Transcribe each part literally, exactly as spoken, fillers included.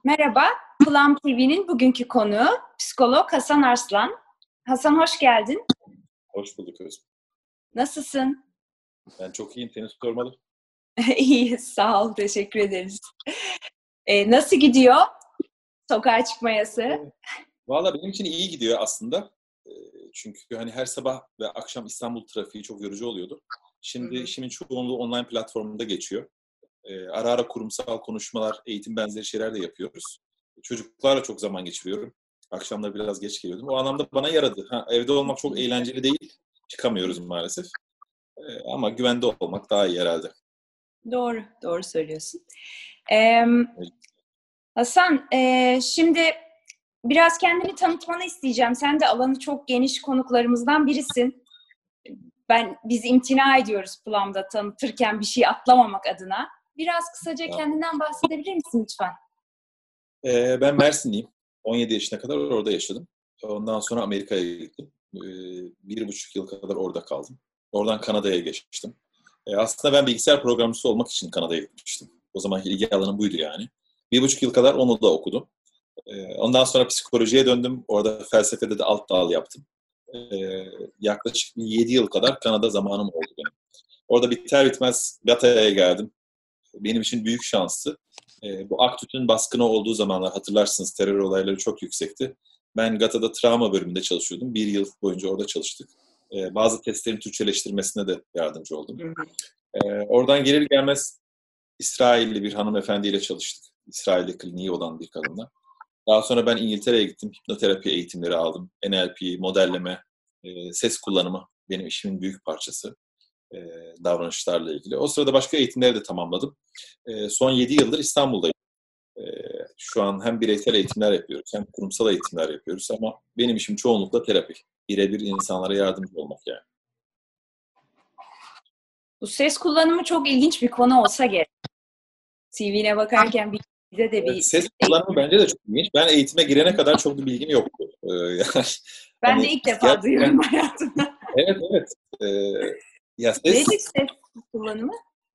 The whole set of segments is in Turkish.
Merhaba, Plum T V'nin bugünkü konuğu psikolog Hasan Arslan. Hasan hoş geldin. Hoş bulduk Özgür. Nasılsın? Ben çok iyiyim, seni sormalı. İyiyiz, sağ ol, teşekkür ederiz. Ee, nasıl gidiyor sokağa çıkma yasağı? Valla benim için iyi gidiyor aslında. Çünkü hani her sabah ve akşam İstanbul trafiği çok yorucu oluyordu. Şimdi hı hı. işimin çoğunluğu online platformunda geçiyor. Ara ara kurumsal konuşmalar, eğitim benzeri şeyler de yapıyoruz. Çocuklarla çok zaman geçiriyorum. Akşamları biraz geç geliyordum. O anlamda bana yaradı. Ha, evde olmak çok eğlenceli değil. Çıkamıyoruz maalesef. Ama güvende olmak daha iyi herhalde. Doğru, doğru söylüyorsun. Ee, Hasan, e, şimdi biraz kendini tanıtmanı isteyeceğim. Sen de alanı çok geniş konuklarımızdan birisin. Ben biz imtina ediyoruz Plum'da tanıtırken bir şey atlamamak adına. Biraz kısaca kendinden bahsedebilir misin lütfen? Ee, ben Mersinliyim. on yedi yaşına kadar orada yaşadım. Ondan sonra Amerika'ya gittim. Ee, bir buçuk yıl kadar orada kaldım. Oradan Kanada'ya geçmiştim. Ee, aslında ben bilgisayar programcısı olmak için Kanada'ya gitmiştim. O zaman ilgi alanım buydu yani. Bir buçuk yıl kadar onu da okudum. Ee, ondan sonra psikolojiye döndüm. Orada felsefede de alt dal yaptım. Ee, yaklaşık yedi yıl kadar Kanada zamanım oldu benim. Orada biter bitmez Gata'ya geldim. Benim için büyük şanstı. E, bu Aktüt'ün baskını olduğu zamanlar hatırlarsınız, terör olayları çok yüksekti. Ben Gata'da travma bölümünde çalışıyordum. Bir yıl boyunca orada çalıştık. E, bazı testlerin Türkçeleştirmesine de yardımcı oldum. Hı hı. E, oradan gelir gelmez İsrailli bir hanımefendiyle çalıştık. İsrail'de kliniği olan bir kadınla. Daha sonra ben İngiltere'ye gittim. Hipnoterapi eğitimleri aldım. N L P, modelleme, e, ses kullanımı benim işimin büyük parçası. E, davranışlarla ilgili. O sırada başka eğitimleri de tamamladım. E, son yedi yıldır İstanbul'dayım. E, şu an hem bireysel eğitimler yapıyoruz hem kurumsal eğitimler yapıyoruz ama benim işim çoğunlukla terapi. Birebir insanlara yardımcı olmak yani. Bu ses kullanımı çok ilginç bir konu olsa gerek. T V'ne bakarken bir bize de bir... Evet, ses kullanımı bence de çok ilginç. Ben eğitime girene kadar çok bir bilgim yoktu. Ee, yani, ben hani, de ilk defa gerçekten... duyuyorum hayatımda. Evet, evet. Ee, ya ses... Nedir ses kullanımı?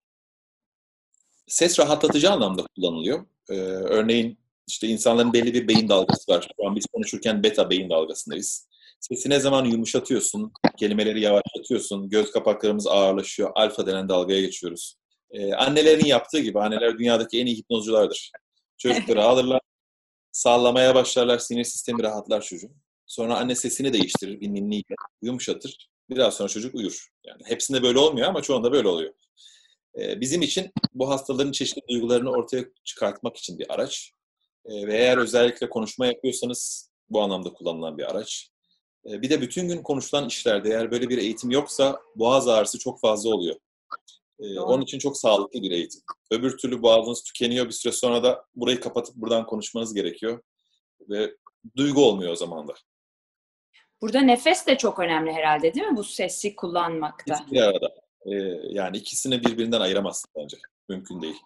Ses rahatlatıcı anlamda kullanılıyor. Ee, örneğin işte insanların belli bir beyin dalgası var. Şu an biz konuşurken beta beyin dalgasındayız. Sesi ne zaman yumuşatıyorsun, kelimeleri yavaşlatıyorsun, göz kapaklarımız ağırlaşıyor, alfa denen dalgaya geçiyoruz. Ee, annelerin yaptığı gibi, anneler dünyadaki en iyi hipnozculardır. Çocukları alırlar, sallamaya başlarlar, sinir sistemi rahatlar çocuğun. Sonra anne sesini değiştirir, bir ninniyle, yumuşatır. Biraz sonra çocuk uyur. Yani hepsinde böyle olmuyor ama çoğunda böyle oluyor. Bizim için bu hastaların çeşitli duygularını ortaya çıkartmak için bir araç. Ve eğer özellikle konuşma yapıyorsanız bu anlamda kullanılan bir araç. Bir de bütün gün konuşulan işlerde eğer böyle bir eğitim yoksa boğaz ağrısı çok fazla oluyor. Doğru. Onun için çok sağlıklı bir eğitim. Öbür türlü boğazınız tükeniyor, bir süre sonra da burayı kapatıp buradan konuşmanız gerekiyor. Ve duygu olmuyor o zaman da. Burada nefes de çok önemli herhalde değil mi bu sesi kullanmakta? İkisi bir arada. Ee, yani ikisini birbirinden ayıramazsın bence. Mümkün değil.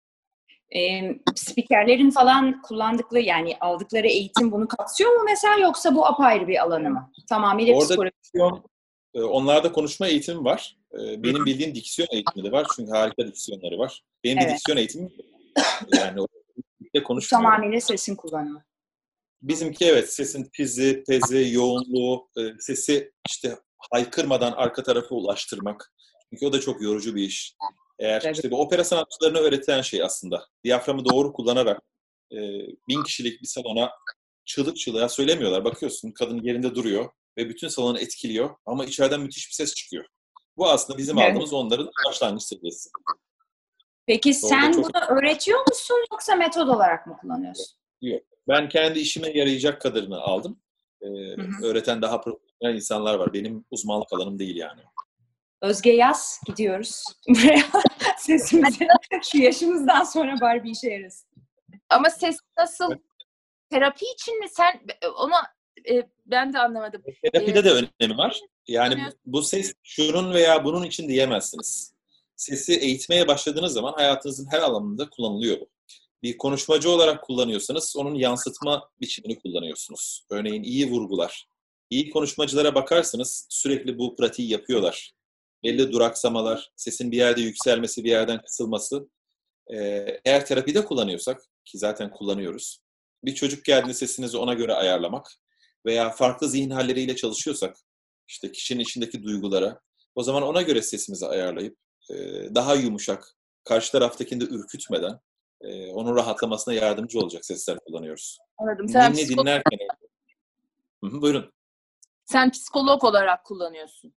E, spikerlerin falan kullandıkları yani aldıkları eğitim bunu kapsıyor mu mesela yoksa bu apayrı bir alanı mı? Tamamıyla Orada psikoloji. diksiyon, onlarda konuşma eğitimi var. Benim bildiğim diksiyon eğitimi de var. Çünkü harika diksiyonları var. Benim evet. bir diksiyon eğitimim yani o konuşmuyorum. Tamamıyla sesin kullanımı. Bizimki evet sesin tizi, tezi, yoğunluğu, sesi işte haykırmadan arka tarafa ulaştırmak. Çünkü o da çok yorucu bir iş. Eğer evet. işte bu opera sanatçılarına öğretilen şey aslında. Diyaframı doğru kullanarak e, bin kişilik bir salona çığlık çığlığa söylemiyorlar. Bakıyorsun kadın yerinde duruyor ve bütün salonu etkiliyor ama içeriden müthiş bir ses çıkıyor. Bu aslında bizim evet. aldığımız onların başlangıç seviyesi. Peki sen çok... bunu öğretiyor musun yoksa metod olarak mı kullanıyorsun? Yok. Ben kendi işime yarayacak kadarını aldım. Ee, hı hı. Öğreten daha profesyonel insanlar var. Benim uzmanlık alanım değil yani. Özge yaz gidiyoruz. Buraya sesimizi şu yaşımızdan sonra bari bir işe yarasın. Ama ses nasıl? Evet. Terapi için mi? Sen ona e, ben de anlamadım. Terapide ee, de önemi var. Yani bu ses şunun veya bunun için diyemezsiniz. Sesi eğitmeye başladığınız zaman hayatınızın her alanında kullanılıyor bu. Bir konuşmacı olarak kullanıyorsanız onun yansıtma biçimini kullanıyorsunuz. Örneğin iyi vurgular. İyi konuşmacılara bakarsınız sürekli bu pratiği yapıyorlar. Belli duraksamalar, sesin bir yerde yükselmesi, bir yerden kısılması. Eğer terapide kullanıyorsak ki zaten kullanıyoruz. Bir çocuk geldiğinde sesinizi ona göre ayarlamak veya farklı zihin halleriyle çalışıyorsak, işte kişinin içindeki duygulara, o zaman ona göre sesimizi ayarlayıp e, daha yumuşak, karşı taraftakini de ürkütmeden e, onun rahatlamasına yardımcı olacak sesler kullanıyoruz. Anladım. Sen, Ninni psikolog, dinlerken... Hı hı, buyurun. sen psikolog olarak kullanıyorsun.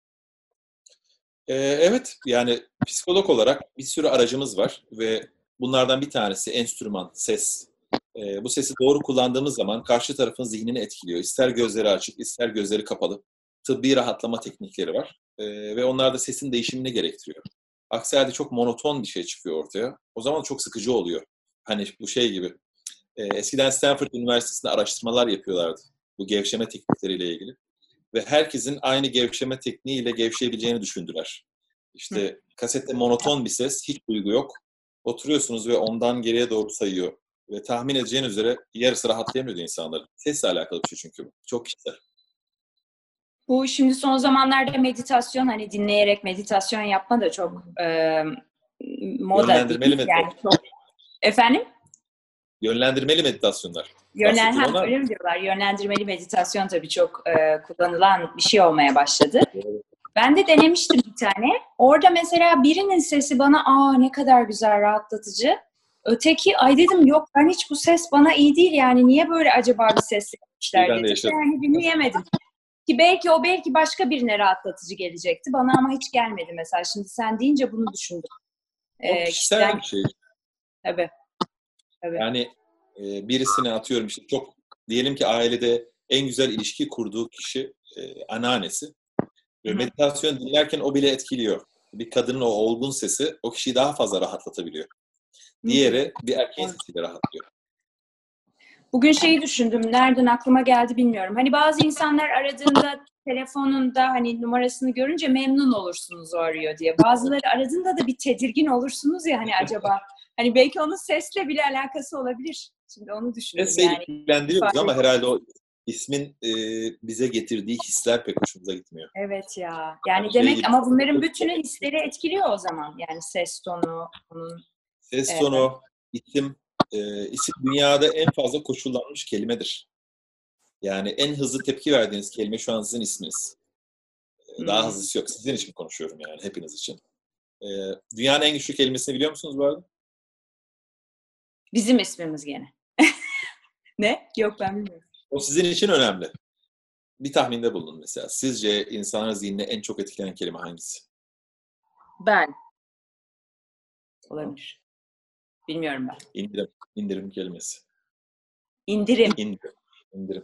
Ee, evet, yani psikolog olarak bir sürü aracımız var ve bunlardan bir tanesi enstrüman, ses. Ee, bu sesi doğru kullandığımız zaman karşı tarafın zihnini etkiliyor. İster gözleri açık, ister gözleri kapalı. Tıbbi rahatlama teknikleri var ee, ve onlar da sesin değişimini gerektiriyor. Aksi halde çok monoton bir şey çıkıyor ortaya. O zaman çok sıkıcı oluyor. Hani bu şey gibi. Ee, eskiden Stanford Üniversitesi'nde araştırmalar yapıyorlardı bu gevşeme teknikleriyle ilgili. Ve herkesin aynı gevşeme tekniğiyle gevşeyebileceğini düşündüler. İşte kasette monoton bir ses, hiç duygu yok. Oturuyorsunuz ve ondan geriye doğru sayıyor. Ve tahmin edeceğiniz üzere yarısı rahatlayamıyordu insanların. Sesle alakalı bir şey çünkü bu. Çok kişisel. Bu şimdi son zamanlarda meditasyon, hani dinleyerek meditasyon yapma da çok e, moda Yönlendirmeli değil. Yani meditasyon. çok... Efendim? Yönlendirmeli meditasyonlar. Yönlen, Bahsettiğim ha, onlar. öyle mi diyorlar? Yönlendirmeli meditasyon tabii çok e, kullanılan bir şey olmaya başladı. Ben de denemiştim bir tane. Orada mesela birinin sesi bana aa ne kadar güzel, rahatlatıcı. Öteki ay dedim yok ben hiç bu ses bana iyi değil yani niye böyle acaba bir ses yapmışlar Ben de dedim. yaşadım. Yani dinleyemedim. Ki belki o belki başka birine rahatlatıcı gelecekti. Bana ama hiç gelmedi mesela. Şimdi sen deyince bunu düşündüm. O Ee, kişisel kişiden... bir şey. Tabii. Tabii. Yani e, birisine atıyorum işte çok diyelim ki ailede en güzel ilişki kurduğu kişi e, anneannesi. Ve meditasyon dinlerken o bile etkiliyor. Bir kadının o olgun sesi o kişiyi daha fazla rahatlatabiliyor. Diğeri bir erkeğin sesiyle rahatlıyor. Bugün şeyi düşündüm. Nereden aklıma geldi bilmiyorum. Hani bazı insanlar aradığında telefonunda hani numarasını görünce memnun olursunuz o arıyor diye. Bazıları aradığında da bir tedirgin olursunuz ya hani acaba. Hani belki onun sesle bile alakası olabilir. Şimdi onu düşündüm Sesle yani. ilgilendiriyoruz ama herhalde o ismin e, bize getirdiği hisler pek hoşumuza gitmiyor. Evet ya. Yani, Yani demek şey ama bunların bütünü hisleri etkiliyor o zaman. Yani ses tonu, onun... Ses Evet. tonu, isim, e, isim dünyada en fazla koşullanmış kelimedir. Yani en hızlı tepki verdiğiniz kelime şu an sizin isminiz. E, daha Hmm. hızlısı yok. Sizin için konuşuyorum yani, hepiniz için. E, dünyanın en güçlü kelimesini biliyor musunuz bu arada? Bizim ismimiz gene. Ne? Yok ben bilmiyorum. O sizin için önemli. Bir tahminde bulunun mesela. Sizce insanların zihnine en çok etkileyen kelime hangisi? Ben. Olabilir. Bilmiyorum ben. İndirim. İndirim kelimesi. İndirim. İndirim. İndirim.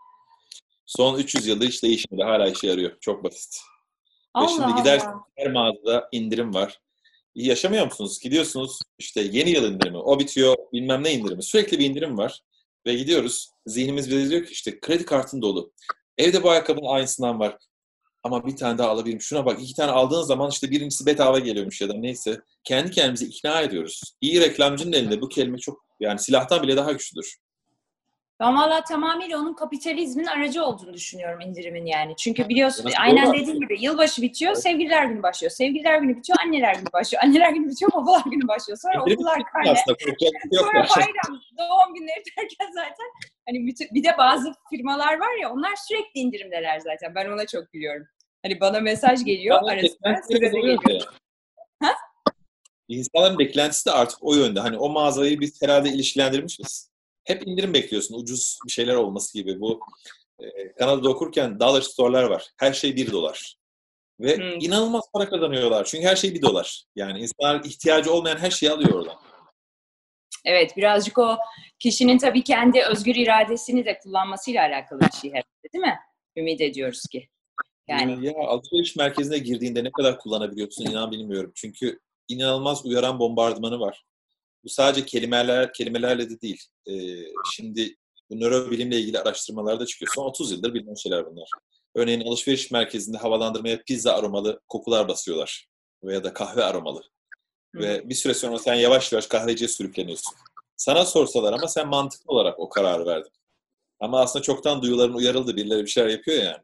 Son üç yüz yılda hiç değişmedi. Hala işe yarıyor. Çok basit. Allah Ve şimdi Allah. giderseniz her mağazada indirim var. İyi yaşamıyor musunuz? Gidiyorsunuz işte yeni yıl indirimi, o bitiyor bilmem ne indirimi. Sürekli bir indirim var. Ve gidiyoruz. Zihnimiz bize diyor ki işte kredi kartın dolu. Evde bu ayakkabının aynısından var. Ama bir tane daha alabilirim. Şuna bak, iki tane aldığın zaman işte birincisi bedava geliyormuş ya da neyse. Kendi kendimizi ikna ediyoruz. İyi reklamcının elinde bu kelime çok, yani silahtan bile daha güçlüdür. Ben valla tamamıyla onun kapitalizmin aracı olduğunu düşünüyorum indirimin yani. Çünkü biliyorsun Nasıl aynen doğru? dediğin gibi yılbaşı bitiyor, sevgililer günü başlıyor. Sevgililer günü bitiyor, anneler günü başlıyor. Anneler günü bitiyor, babalar günü başlıyor. Sonra İndirim okullar bitti karne. aslında. Korkacak bir şey yok. Sonra bayram, doğum günleri derken zaten hani bütün, bir de bazı firmalar var ya onlar sürekli indirimdeler zaten. Ben ona çok gülüyorum. Hani bana mesaj geliyor İnsanların arasında beklentileri size de o yönde geliyor. yani. Ha? İnsanların beklentisi de artık o yönde. Hani o mağazayı biz herhalde ilişkilendirmişiz. Hep indirim bekliyorsun. Ucuz bir şeyler olması gibi. Bu e, Kanada'da okurken dollar store'lar var. Her şey bir dolar. Ve Hmm. inanılmaz para kazanıyorlar. Çünkü her şey bir dolar. Yani insanlar ihtiyacı olmayan her şeyi alıyor oradan. Evet, birazcık o kişinin tabii kendi özgür iradesini de kullanmasıyla alakalı bir şey herhalde, değil mi? Ümit ediyoruz ki. Yani Ya alışveriş merkezine girdiğinde ne kadar kullanabiliyorsun inan bilmiyorum. Çünkü inanılmaz uyaran bombardımanı var. Bu sadece kelimeler kelimelerle de değil. Ee, şimdi bu nörobilimle ilgili araştırmalar da çıkıyor. Son otuz yıldır bilinen şeyler bunlar. Örneğin alışveriş merkezinde havalandırmaya pizza aromalı kokular basıyorlar. Veya da kahve aromalı. Hı. Ve bir süre sonra sen yavaş yavaş kahveciye sürükleniyorsun. Sana sorsalar ama sen mantıklı olarak o kararı verdin. Ama aslında çoktan duyuların uyarıldı. Birileri bir şeyler yapıyor yani.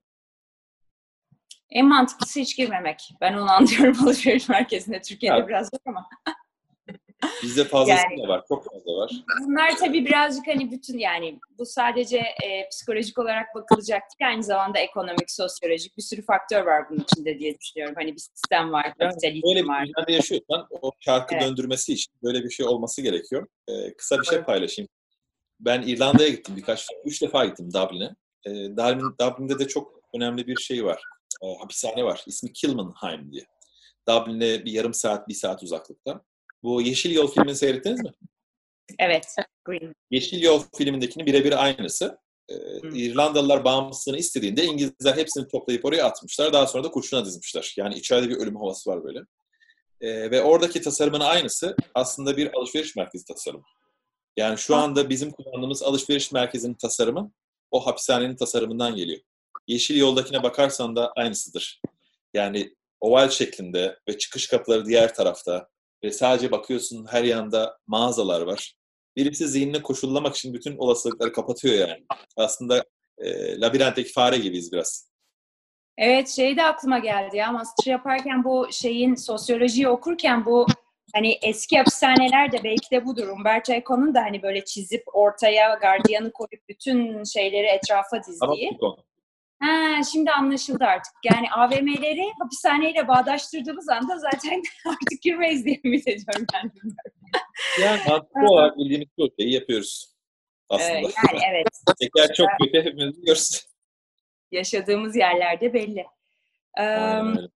en mantıklısı hiç girmemek. Ben onu anlıyorum alışveriş merkezinde. Türkiye'de Ya, biraz zor ama. Bizde fazlası Yani- da var, çok fazla var. Bunlar tabii birazcık hani bütün yani bu sadece e, psikolojik olarak bakılacak değil, aynı zamanda ekonomik, sosyolojik bir sürü faktör var bunun içinde diye düşünüyorum. Hani bir sistem var, Yani kapitalizm böyle bir var. düzende yaşıyorsan o çarkı Evet. döndürmesi için böyle bir şey olması gerekiyor. Ee, kısa bir şey Doğru. paylaşayım. Ben İrlanda'ya gittim birkaç, üç defa gittim Dublin'e. Ee, Dublin, Dublin'de de çok önemli bir şey var. Ee, hapishane var. İsmi Kilmainham diye. Dublin'e bir yarım saat, bir saat uzaklıkta. Bu Yeşil Yol filmini seyrettiniz mi? Evet. Green. Yeşil Yol filmindekinin birebir aynısı. Ee, Hmm. İrlandalılar bağımsızlığını istediğinde İngilizler hepsini toplayıp oraya atmışlar. Daha sonra da kurşuna dizmişler. Yani içeride bir ölüm havası var böyle. Ee, ve oradaki tasarımın aynısı aslında bir alışveriş merkezi tasarımı. Yani şu anda bizim kullandığımız alışveriş merkezinin tasarımı o hapishanenin tasarımından geliyor. Yeşil Yol'dakine bakarsan da aynısıdır. Yani oval şeklinde ve çıkış kapıları diğer tarafta ve sadece bakıyorsun her yanda mağazalar var. Birisi zihnini koşullamak için bütün olasılıkları kapatıyor yani. Aslında e, labirentteki fare gibiyiz biraz. Evet, şey de aklıma geldi ya, master yaparken bu şeyin sosyolojiyi okurken bu hani eski hapishaneler de belki de budur. Umberto Eco'nun da hani böyle çizip ortaya gardiyanı koyup bütün şeyleri etrafa dizdiği. Ha, şimdi anlaşıldı artık. Yani A V M'leri hapishaneyle bağdaştırdığımız anda zaten artık girmeyiz diye ümit ediyorum ben. Yani mantıklı olarak bildiğimiz çok şeyi yapıyoruz aslında. Ee, yani evet. Teker çok kötü, hepimiz biliyoruz. Yaşadığımız yerlerde belli. Ee, Aynen öyle.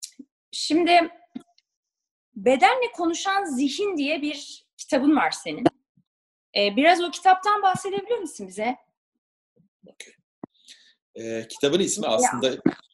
Şimdi Bedenle Konuşan Zihin diye bir kitabın var senin. Ee, biraz o kitaptan bahsedebilir misin bize? Okay. Ee, kitabın ismi aslında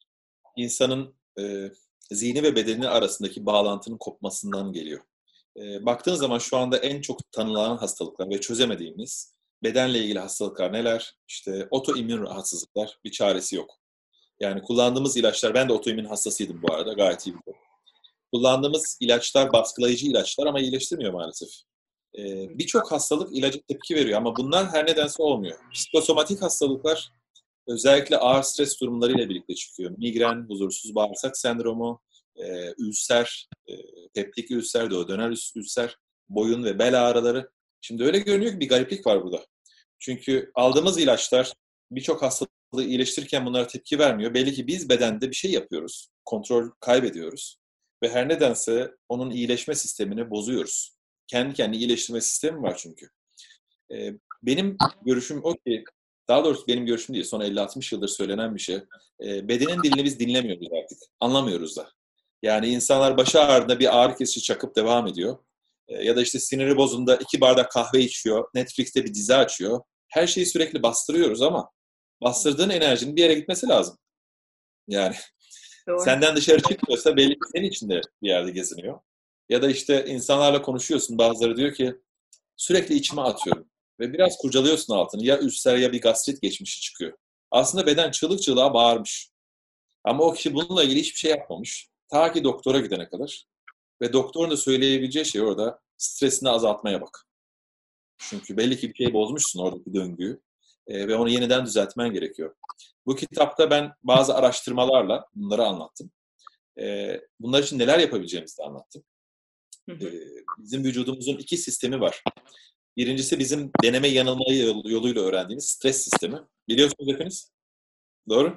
insanın e, zihni ve bedeni arasındaki bağlantının kopmasından geliyor. E, baktığın zaman şu anda en çok tanınan hastalıklar ve çözemediğimiz bedenle ilgili hastalıklar neler? İşte otoimmün rahatsızlıklar, bir çaresi yok. Yani kullandığımız ilaçlar, ben de otoimmün hastasıydım bu arada, gayet iyi biliyorum. Kullandığımız ilaçlar baskılayıcı ilaçlar ama iyileştirmiyor maalesef. Ee, Birçok hastalık ilaca tepki veriyor ama bunlar her nedense olmuyor. Psikosomatik hastalıklar özellikle ağır stres durumlarıyla birlikte çıkıyor. Migren, huzursuz bağırsak sendromu, e, ülser, e, peptik ülser, duodenal ülser, boyun ve bel ağrıları. Şimdi öyle görünüyor ki bir gariplik var burada. Çünkü aldığımız ilaçlar birçok hastalığı iyileştirirken bunlara tepki vermiyor. Belli ki biz bedende bir şey yapıyoruz. Kontrol kaybediyoruz. Ve her nedense onun iyileşme sistemini bozuyoruz. Kendi kendini iyileştirme sistemi var çünkü. Ee, benim görüşüm o ki, daha doğrusu benim görüşüm değil, son elli altmış yıldır söylenen bir şey. Ee, bedenin dilini biz dinlemiyoruz artık. Anlamıyoruz da. Yani insanlar başı ağrıda bir ağrı kesici çakıp devam ediyor. Ee, ya da işte siniri bozduğunda iki bardak kahve içiyor. Netflix'te bir dizi açıyor. Her şeyi sürekli bastırıyoruz ama bastırdığın enerjinin bir yere gitmesi lazım. Yani Doğru. senden dışarı çıkmıyorsa belli ki senin içinde bir yerde geziniyor. Ya da işte insanlarla konuşuyorsun. Bazıları diyor ki sürekli içime atıyorum. Ve biraz kurcalıyorsun altını. Ya ülser ya bir gastrit geçmişi çıkıyor. Aslında beden çığlık çığlığa bağırmış. Ama o kişi bununla ilgili hiçbir şey yapmamış. Ta ki doktora gidene kadar. Ve doktorun da söyleyebileceği şey orada stresini azaltmaya bak. Çünkü belli ki bir şey bozmuşsun oradaki döngüyü. E, ve onu yeniden düzeltmen gerekiyor. Bu kitapta ben bazı araştırmalarla bunları anlattım. E, bunlar için neler yapabileceğimizi de anlattım. E, bizim vücudumuzun iki sistemi var. Birincisi bizim deneme yanılma yoluyla öğrendiğimiz stres sistemi. Biliyorsunuz hepiniz. Doğru?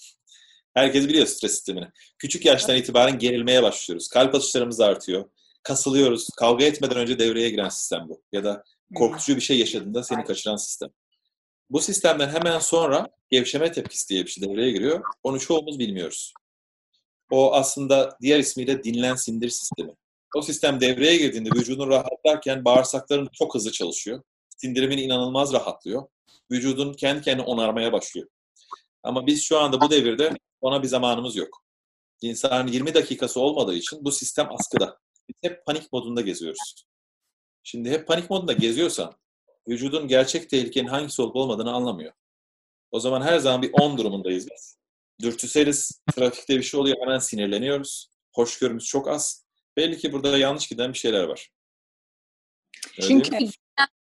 Herkes biliyor stres sistemini. Küçük yaştan itibaren gerilmeye başlıyoruz. Kalp atışlarımız artıyor. Kasılıyoruz. Kavga etmeden önce devreye giren sistem bu. Ya da korkutucu bir şey yaşadığında seni kaçıran sistem. Bu sistemden hemen sonra gevşeme tepkisi diye bir şey devreye giriyor. Onu çoğumuz bilmiyoruz. O aslında diğer ismiyle dinlen sindir sistemi. O sistem devreye girdiğinde vücudun rahatlarken bağırsakların çok hızlı çalışıyor. Sindirimin inanılmaz rahatlıyor. Vücudun kendi kendine onarmaya başlıyor. Ama biz şu anda bu devirde ona bir zamanımız yok. İnsanın yirmi dakikası olmadığı için bu sistem askıda. Biz hep panik modunda geziyoruz. Şimdi hep panik modunda geziyorsan vücudun gerçek tehlikenin hangisi olup olmadığını anlamıyor. O zaman her zaman bir on durumundayız biz. Dürtüseliz, trafikte bir şey oluyor hemen sinirleniyoruz. Hoşgörümüz çok az. Belli ki burada yanlış giden bir şeyler var. Öyle Çünkü değil mi?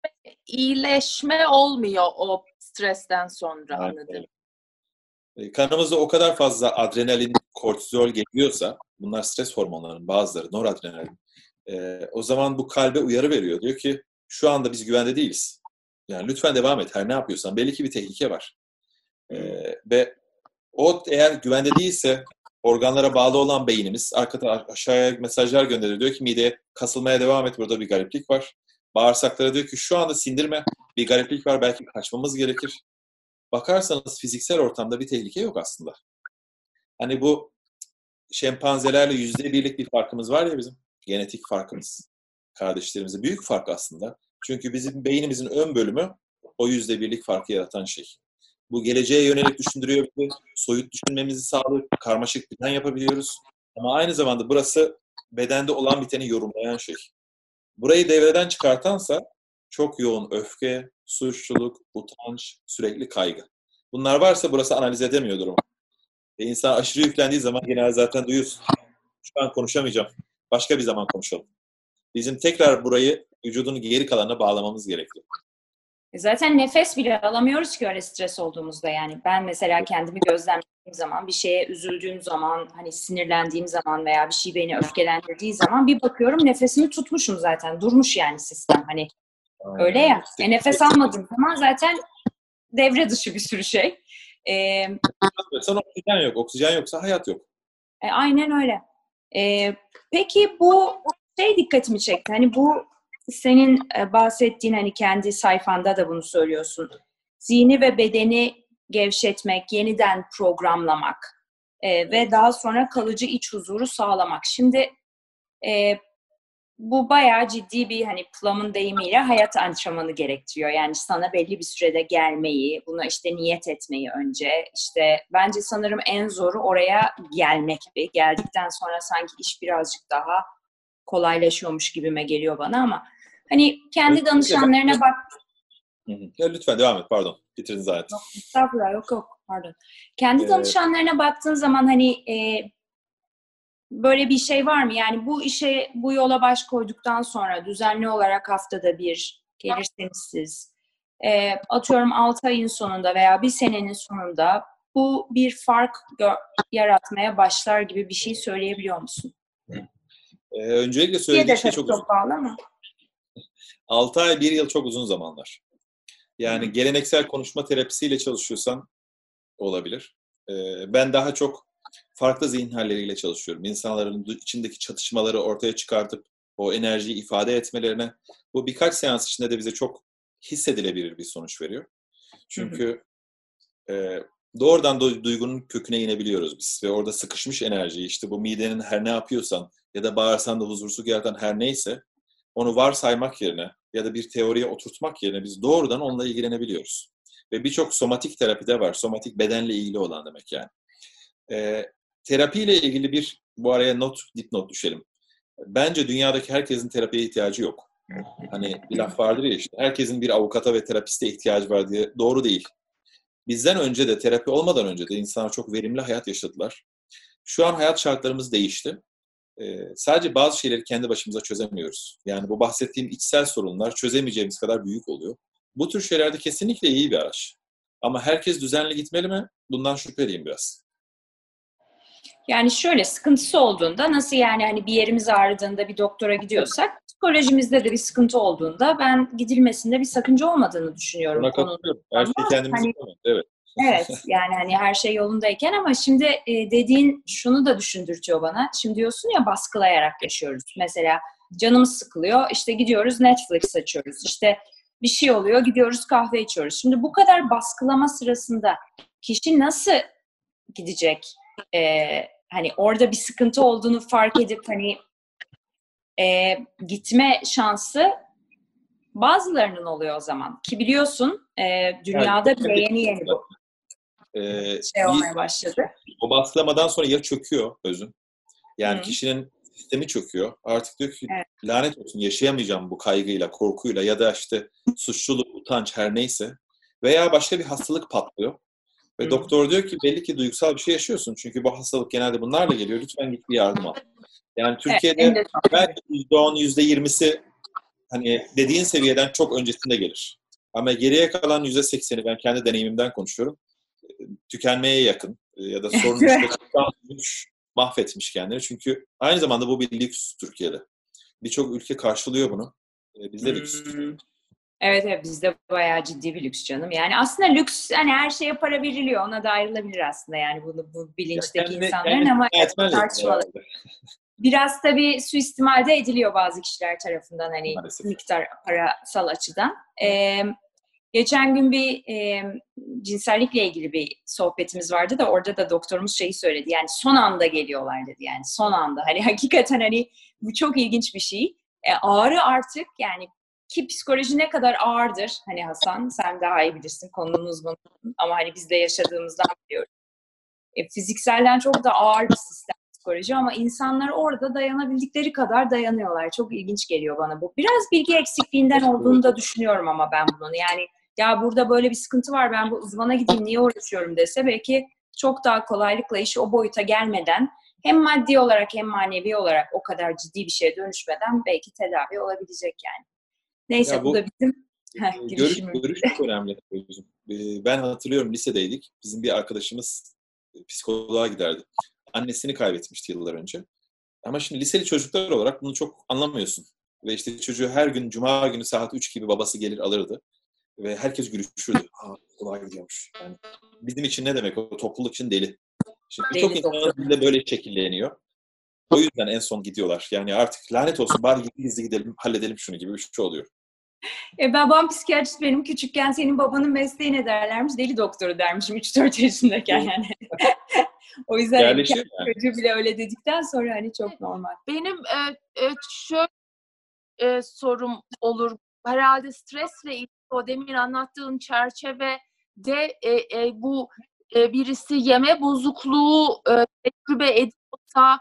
iyileşme olmuyor o stresten sonra, Evet, anladım. evet. Kanımızda o kadar fazla adrenalin, kortizol geliyorsa, bunlar stres hormonlarının bazıları, noradrenalin. E, o zaman bu kalbe uyarı veriyor. Diyor ki şu anda biz güvende değiliz. Yani lütfen devam et. Her ne yapıyorsan. Belli ki bir tehlike var. E, ve o eğer güvende değilse organlara bağlı olan beynimiz arkada aşağıya mesajlar gönderiyor. Diyor ki mideye kasılmaya devam et. Burada bir gariplik var. Bağırsaklara diyor ki şu anda sindirme. Bir gariplik var. Belki kaçmamız gerekir. Bakarsanız fiziksel ortamda bir tehlike yok aslında. Hani bu şempanzelerle yüzde birlik bir farkımız var ya bizim. Genetik farkımız. Kardeşlerimize. Büyük fark aslında. Çünkü bizim beynimizin ön bölümü o yüzde birlik farkı yaratan şey. Bu geleceğe yönelik düşündürüyor bizi. Soyut düşünmemizi sağlıyor. Karmaşık plan yapabiliyoruz. Ama aynı zamanda burası bedende olan biteni yorumlayan şey. Burayı devreden çıkartansa çok yoğun öfke, suçluluk, utanç, sürekli kaygı. Bunlar varsa burası analiz edemiyor durumu. Ve insan aşırı yüklendiği zaman genelde zaten duyuyorsun. Şu an konuşamayacağım. Başka bir zaman konuşalım. Bizim tekrar burayı vücudun geri kalanına bağlamamız gerekiyor. Zaten nefes bile alamıyoruz ki öyle stres olduğumuzda yani. Ben mesela kendimi gözlemlediğim zaman, bir şeye üzüldüğüm zaman, hani sinirlendiğim zaman veya bir şey beni öfkelendirdiği zaman bir bakıyorum nefesimi tutmuşum zaten. Durmuş yani sistem hani. Öyle ya. E, nefes almadığım zaman zaten devre dışı bir sürü şey. E, Sana oksijen yok. Oksijen yoksa hayat yok. E, aynen öyle. E, peki bu şey dikkatimi çekti. Hani bu senin e, bahsettiğin hani kendi sayfanda da bunu söylüyorsun. Zihni ve bedeni gevşetmek, yeniden programlamak e, ve daha sonra kalıcı iç huzuru sağlamak. Şimdi e, bu bayağı ciddi bir hani Plum'un deyimiyle hayat antrenmanı gerektiriyor. Yani sana belli bir sürede gelmeyi, buna işte niyet etmeyi önce. İşte bence sanırım en zoru oraya gelmek bir. Geldikten sonra sanki iş birazcık daha kolaylaşıyormuş gibime geliyor bana ama hani kendi danışanlarına bak. Hı hı. Ya lütfen devam et, pardon. Bitirin zaten. Yok, estağfurullah, yok yok, pardon. Kendi Ee, danışanlarına baktığın zaman hani e, böyle bir şey var mı? Yani bu işe, bu yola baş koyduktan sonra düzenli olarak haftada bir gelirseniz siz, e, atıyorum altı ayın sonunda veya bir senenin sonunda bu bir fark gö- yaratmaya başlar gibi bir şey söyleyebiliyor musun? e, öncelikle Diye söylediği de şey tabii çok çok uzun. bağlı ama. altı ay, bir yıl çok uzun zamanlar. Yani Hı. geleneksel konuşma terapisiyle çalışıyorsan olabilir. Ee, ben daha çok farklı zihin halleriyle çalışıyorum. İnsanların içindeki çatışmaları ortaya çıkartıp o enerjiyi ifade etmelerine, bu birkaç seans içinde de bize çok hissedilebilir bir sonuç veriyor. Çünkü e, doğrudan du- duygunun köküne inebiliyoruz biz. Ve orada sıkışmış enerjiyi, işte bu midenin her ne yapıyorsan ya da bağırsağında huzursuzluk yaratan her neyse, onu varsaymak yerine ya da bir teoriye oturtmak yerine biz doğrudan onunla ilgilenebiliyoruz. Ve birçok somatik terapide var. Somatik bedenle ilgili olan demek yani. E, terapiyle ilgili bir, bu araya not, dipnot düşelim. Bence dünyadaki herkesin terapiye ihtiyacı yok. Hani bir laf vardır ya işte, herkesin bir avukata ve terapiste ihtiyacı var diye. Doğru değil. Bizden önce de, terapi olmadan önce de insanlar çok verimli hayat yaşadılar. Şu an hayat şartlarımız değişti. Ee, sadece bazı şeyleri kendi başımıza çözemiyoruz. Yani bu bahsettiğim içsel sorunlar çözemeyeceğimiz kadar büyük oluyor. Bu tür şeylerde kesinlikle iyi bir araç. Ama herkes düzenli gitmeli mi? Bundan şüpheliyim biraz. Yani şöyle, sıkıntısı olduğunda nasıl yani hani bir yerimiz ağrıdığında bir doktora gidiyorsak psikolojimizde de bir sıkıntı olduğunda ben gidilmesinde bir sakınca olmadığını düşünüyorum Buna konunun. katılıyorum. Her şeyi kendimiz Hani, yapamayız. Evet. evet yani hani her şey yolundayken ama şimdi e, dediğin şunu da düşündürtüyor bana. Şimdi diyorsun ya baskılayarak yaşıyoruz. Mesela canımız sıkılıyor, işte gidiyoruz Netflix açıyoruz. İşte bir şey oluyor, gidiyoruz kahve içiyoruz. Şimdi bu kadar baskılama sırasında kişi nasıl gidecek? Ee, hani orada bir sıkıntı olduğunu fark edip hani e, gitme şansı bazılarının oluyor o zaman. Ki biliyorsun e, Yani, dünyada bile yeni yeni bu e, şey bir, olmaya başladı. o baskılamadan sonra ya çöküyor özüm. Yani Hı. kişinin sistemi çöküyor. Artık diyor ki Evet. lanet olsun, yaşayamayacağım bu kaygıyla, korkuyla ya da işte suçluluk, utanç her neyse. Veya başka bir hastalık patlıyor. Ve Hı. doktor diyor ki belli ki duygusal bir şey yaşıyorsun. Çünkü bu hastalık genelde bunlarla geliyor. Lütfen git bir yardım al. Yani Evet, Türkiye'de belki yüzde on, yüzde yirmisi hani dediğin seviyeden çok öncesinde gelir. Ama geriye kalan yüzde sekseni, ben kendi deneyimimden konuşuyorum, tükenmeye yakın ya da sorun işte çoktan mahvetmiş kendini. Çünkü aynı zamanda bu bir lüks Türkiye'de. Birçok ülke karşılıyor bunu. E, bizde lüks. Hmm. Evet, evet, bizde bayağı ciddi bir lüks canım. Yani aslında lüks, hani her şeye para veriliyor. Ona da ayrılabilir aslında yani bunu bu bilinçteki kendine, insanların kendine ama etmen tartışmalı. Biraz tabii suistimal de ediliyor bazı kişiler tarafından hani maalesef. miktar parasal açıdan. Ee, geçen gün bir e, cinsellikle ilgili bir sohbetimiz vardı da orada da doktorumuz şeyi söyledi. Yani son anda geliyorlar dedi yani son anda. Hani hakikaten hani bu çok ilginç bir şey. E, ağrı artık yani ki psikoloji ne kadar ağırdır hani Hasan sen daha iyi bilirsin konunun uzmanı ama hani biz de yaşadığımızdan biliyoruz. E, fizikselden çok da ağır bir sistem psikoloji ama insanlar orada dayanabildikleri kadar dayanıyorlar. Çok ilginç geliyor bana bu. Biraz bilgi eksikliğinden olduğunu da düşünüyorum ama ben bunun. Yani ya burada böyle bir sıkıntı var ben bu uzmana gideyim niye uğraşıyorum dese belki çok daha kolaylıkla işi o boyuta gelmeden hem maddi olarak hem manevi olarak o kadar ciddi bir şeye dönüşmeden belki tedavi olabilecek yani. Neyse Ya bu, bu, bu da bizim e, görüş, görüş çok önemli. E, ben hatırlıyorum lisedeydik. Bizim bir arkadaşımız e, psikoloğa giderdi. Annesini kaybetmişti yıllar önce. Ama şimdi liseli çocuklar olarak bunu çok anlamıyorsun. Ve işte çocuğu her gün cuma günü saat üç gibi babası gelir alırdı. Ve herkes gülüşürdü. Aa, kolay gidiyormuş. Yani bizim için ne demek o topluluk için deli. Şimdi birçok insanın dilinde böyle şekilleniyor. O yüzden en son gidiyorlar. Yani artık lanet olsun bari gizli gidelim halledelim şunu gibi bir şey oluyor. E, babam psikiyatrist benim küçükken senin babanın mesleği ne derlermiş? Deli doktoru dermişim üç dört yaşındayken yani. O yüzden yani kendi yani. Çocuğu bile öyle dedikten sonra hani çok normal. Benim e, e, şöyle e, sorum olur. Herhalde stresle ilgili o demin anlattığın çerçevede e, e, bu e, birisi yeme bozukluğu e, tecrübe ediyorsa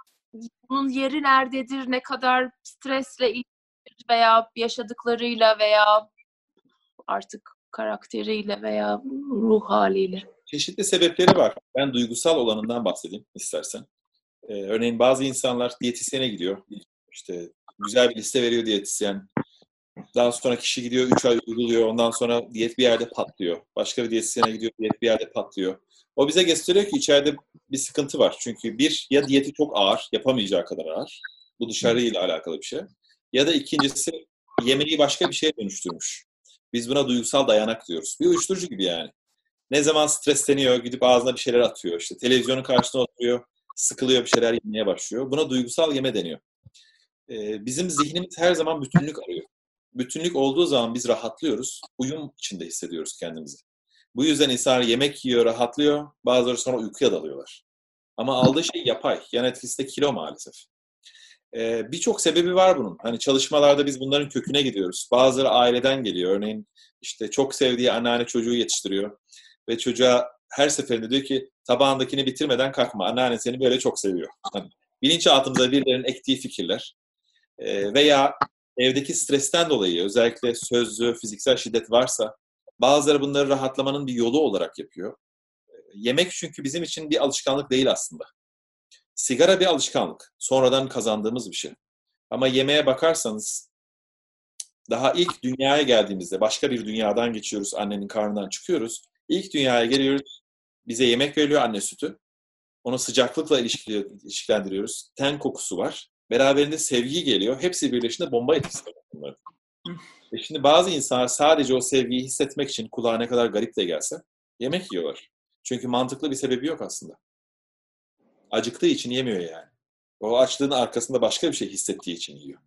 bunun yeri nerededir? Ne kadar stresle ilgili veya yaşadıklarıyla veya artık karakteriyle veya ruh haliyle. Çeşitli sebepleri var. Ben duygusal olanından bahsedeyim istersen. Ee, örneğin bazı insanlar diyetisyene gidiyor. İşte güzel bir liste veriyor diyetisyen. Daha sonra kişi gidiyor üç ay uyguluyor. Ondan sonra diyet bir yerde patlıyor. Başka bir diyetisyene gidiyor, diyet bir yerde patlıyor. O bize gösteriyor ki içeride bir sıkıntı var. Çünkü bir, ya diyeti çok ağır, yapamayacağı kadar ağır. Bu dışarıyla alakalı bir şey. Ya da ikincisi yemeği başka bir şeye dönüştürmüş. Biz buna duygusal dayanak diyoruz. Bir uyuşturucu gibi yani. Ne zaman stresleniyor, gidip ağzına bir şeyler atıyor. İşte televizyonun karşısına oturuyor, sıkılıyor, bir şeyler yemeye başlıyor. Buna duygusal yeme deniyor. Ee, bizim zihnimiz her zaman bütünlük arıyor. Bütünlük olduğu zaman biz rahatlıyoruz. Uyum içinde hissediyoruz kendimizi. Bu yüzden insan yemek yiyor, rahatlıyor. Bazıları sonra uykuya dalıyorlar. Ama aldığı şey yapay. Yan etkisi de kilo maalesef. Ee, Birçok sebebi var bunun. Hani çalışmalarda biz bunların köküne gidiyoruz. Bazıları aileden geliyor. Örneğin işte çok sevdiği anneanne çocuğu yetiştiriyor. Ve çocuğa her seferinde diyor ki tabağındakini bitirmeden kalkma. Anneanne seni böyle çok seviyor. Hani bilinçaltımıza birilerinin ektiği fikirler. Ee, veya evdeki stresten dolayı özellikle sözlü, fiziksel şiddet varsa bazıları bunları rahatlamanın bir yolu olarak yapıyor. Ee, yemek çünkü bizim için bir alışkanlık değil aslında. Sigara bir alışkanlık. Sonradan kazandığımız bir şey. Ama yemeğe bakarsanız daha ilk dünyaya geldiğimizde başka bir dünyadan geçiyoruz. Annenin karnından çıkıyoruz. İlk dünyaya geliyoruz. Bize yemek veriliyor anne sütü. Onu sıcaklıkla ilişkilendiriyoruz. Ten kokusu var. Beraberinde sevgi geliyor. Hepsi birleşince bomba etkisi var bunların. Ve şimdi bazı insanlar sadece o sevgiyi hissetmek için kulağa ne kadar garip de gelse yemek yiyorlar. Çünkü mantıklı bir sebebi yok aslında. Acıktığı için yemiyor yani. O açlığın arkasında başka bir şey hissettiği için yiyor.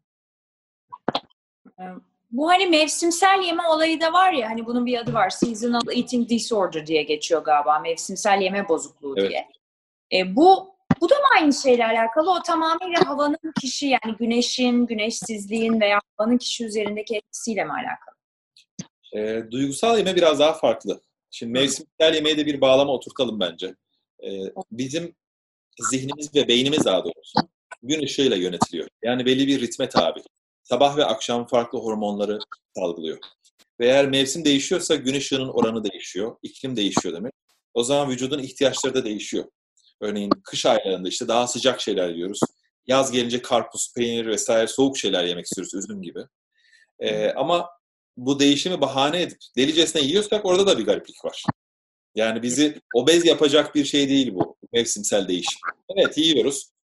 Bu hani mevsimsel yeme olayı da var ya hani bunun bir adı var. Seasonal Eating Disorder diye geçiyor galiba. Mevsimsel yeme bozukluğu evet. diye. E, bu bu da mı aynı şeyle alakalı? O tamamıyla havanın kişi yani güneşin, güneşsizliğin veya havanın kişi üzerindeki etkisiyle mi alakalı? E, duygusal yeme biraz daha farklı. Şimdi mevsimsel yemeğe de bir bağlama oturtalım bence. E, bizim zihnimiz ve beynimiz daha doğrusu gün ışığıyla yönetiliyor. Yani belli bir ritme tabi. Sabah ve akşam farklı hormonları salgılıyor. Ve eğer mevsim değişiyorsa gün ışığının oranı değişiyor. İklim değişiyor demek. O zaman vücudun ihtiyaçları da değişiyor. Örneğin kış aylarında işte daha sıcak şeyler yiyoruz. Yaz gelince karpuz, peynir vesaire soğuk şeyler yemek istiyoruz, üzüm gibi. Ee, ama bu değişimi bahane edip delicesine yiyorsak orada da bir gariplik var. Yani bizi obez yapacak bir şey değil bu mevsimsel değişim. Evet yiyoruz